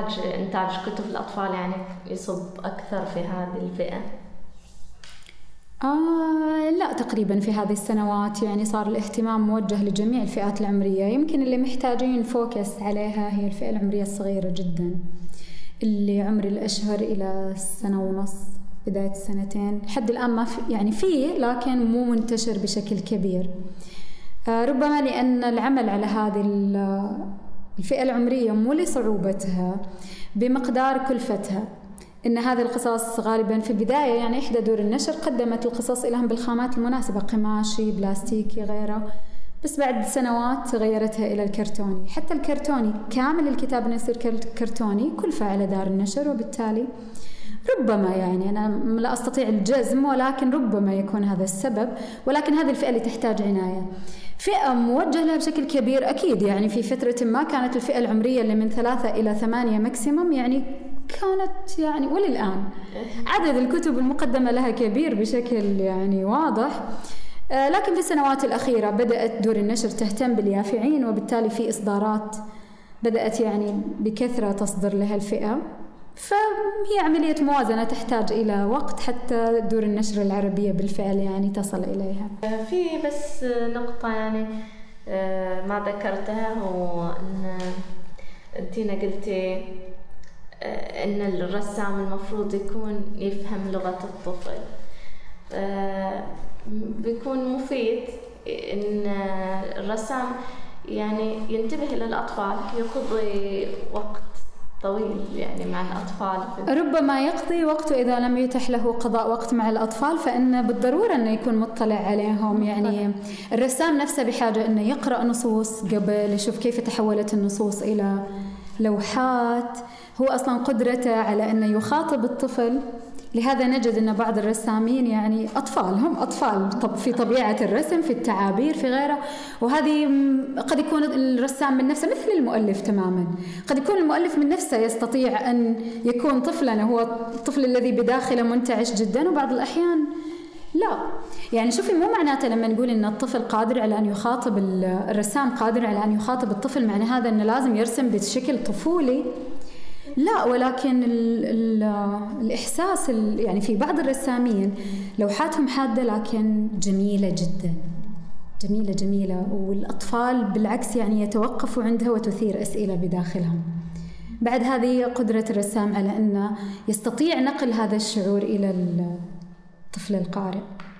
[SPEAKER 1] إنتاج كتب الأطفال يعني يصب أكثر في هذه الفئة؟
[SPEAKER 4] لا تقريبا في هذه السنوات يعني صار الاهتمام موجه لجميع الفئات العمرية. يمكن اللي محتاجين فوكس عليها هي الفئة العمرية الصغيرة جدا، اللي عمر الأشهر إلى 1.5 سنة، بداية 2 لحد الآن ما في، يعني فيه لكن مو منتشر بشكل كبير. ربما لأن العمل على هذه الفئة العمرية مو لصعوبتها بمقدار كلفتها. إن هذه القصص غالباً في البداية يعني إحدى دور النشر قدمت القصص لهم بالخامات المناسبة، قماشي، بلاستيكي، غيره، بس بعد سنوات غيرتها إلى الكرتوني. حتى الكرتوني كامل الكتاب يصير كرتوني كلفة على دار النشر، وبالتالي ربما يعني أنا لا أستطيع الجزم، ولكن ربما يكون هذا السبب. ولكن هذه الفئة اللي تحتاج عناية، فئة موجه لها بشكل كبير أكيد. يعني في فترة ما كانت الفئة العمرية اللي من 3 إلى 8 ماكسيموم، يعني كانت يعني وللآن عدد الكتب المقدمة لها كبير بشكل يعني واضح. لكن في السنوات الأخيرة بدأت دور النشر تهتم باليافعين، وبالتالي في إصدارات بدأت يعني بكثرة تصدر لها الفئة. فهي عملية موازنة تحتاج إلى وقت حتى دور النشر العربية بالفعل يعني تصل إليها.
[SPEAKER 1] في بس نقطة يعني ما ذكرتها، هو أن أنتينا قلتي أن الرسام المفروض يكون يفهم لغة الطفل. بيكون مفيد أن الرسام يعني ينتبه إلى الأطفال، يقضي وقت طويل يعني مع الأطفال.
[SPEAKER 4] ربما يقضي وقته إذا لم يتح له قضاء وقت مع الأطفال، فإن بالضرورة أنه يكون مطلع عليهم. يعني الرسام نفسه بحاجة أنه يقرأ نصوص قبل، يشوف كيف تحولت النصوص إلى لوحات. هو أصلا قدرته على أنه يخاطب الطفل. لهذا نجد أن بعض الرسامين يعني هم أطفال في طبيعة الرسم، في التعابير، في غيره. وهذه قد يكون الرسام من نفسه مثل المؤلف تماما. قد يكون المؤلف من نفسه يستطيع أن يكون طفلا، هو الطفل الذي بداخله منتعش جدا، وبعض الأحيان لا. يعني شوفي، مو معناته لما نقول إن الطفل قادر على أن يخاطب الرسام قادر على أن يخاطب الطفل معنى هذا أنه لازم يرسم بشكل طفولي، لا. ولكن الإحساس يعني في بعض الرسامين لوحاتهم حادة لكن جميلة جدا، جميلة، والأطفال بالعكس يعني يتوقفوا عندها وتثير أسئلة بداخلهم. بعد هذه قدرة الرسام على أنه يستطيع نقل هذا الشعور إلى الطفل القارئ.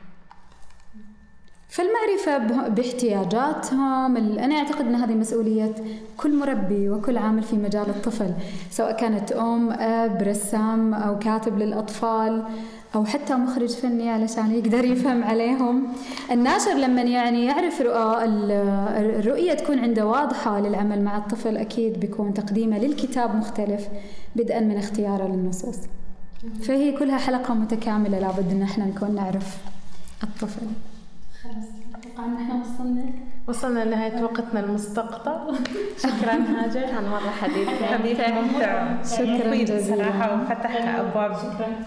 [SPEAKER 4] فالمعرفة باحتياجاتهم، أنا أعتقد أن هذه مسؤولية كل مربي وكل عامل في مجال الطفل، سواء كانت أب، رسام، أو كاتب للأطفال، أو حتى مخرج فني علشان يقدر يفهم عليهم. الناشر لما يعني يعرف الرؤية تكون عنده واضحة للعمل مع الطفل، أكيد بيكون تقديمه للكتاب مختلف، بدءا من اختياره للنصوص. فهي كلها حلقة متكاملة، لابد أن احنا نكون نعرف الطفل.
[SPEAKER 3] خلاص أتوقع أن احنا
[SPEAKER 2] وصلنا لنهاية وقتنا المستقطع. شكرا هاجر،
[SPEAKER 1] كان مرة حديث
[SPEAKER 2] ممتع.
[SPEAKER 4] شكرا جزيلا
[SPEAKER 2] صراحة، وفتح أبواب.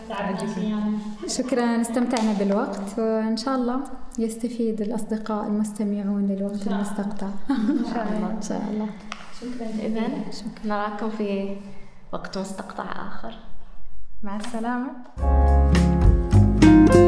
[SPEAKER 4] شكرا، استمتعنا بالوقت، وإن شاء الله يستفيد الأصدقاء المستمعون للوقت المستقطع.
[SPEAKER 2] إن شاء الله.
[SPEAKER 3] شكرا.
[SPEAKER 1] إذن نراكم في وقت مستقطع آخر.
[SPEAKER 2] مع السلامة.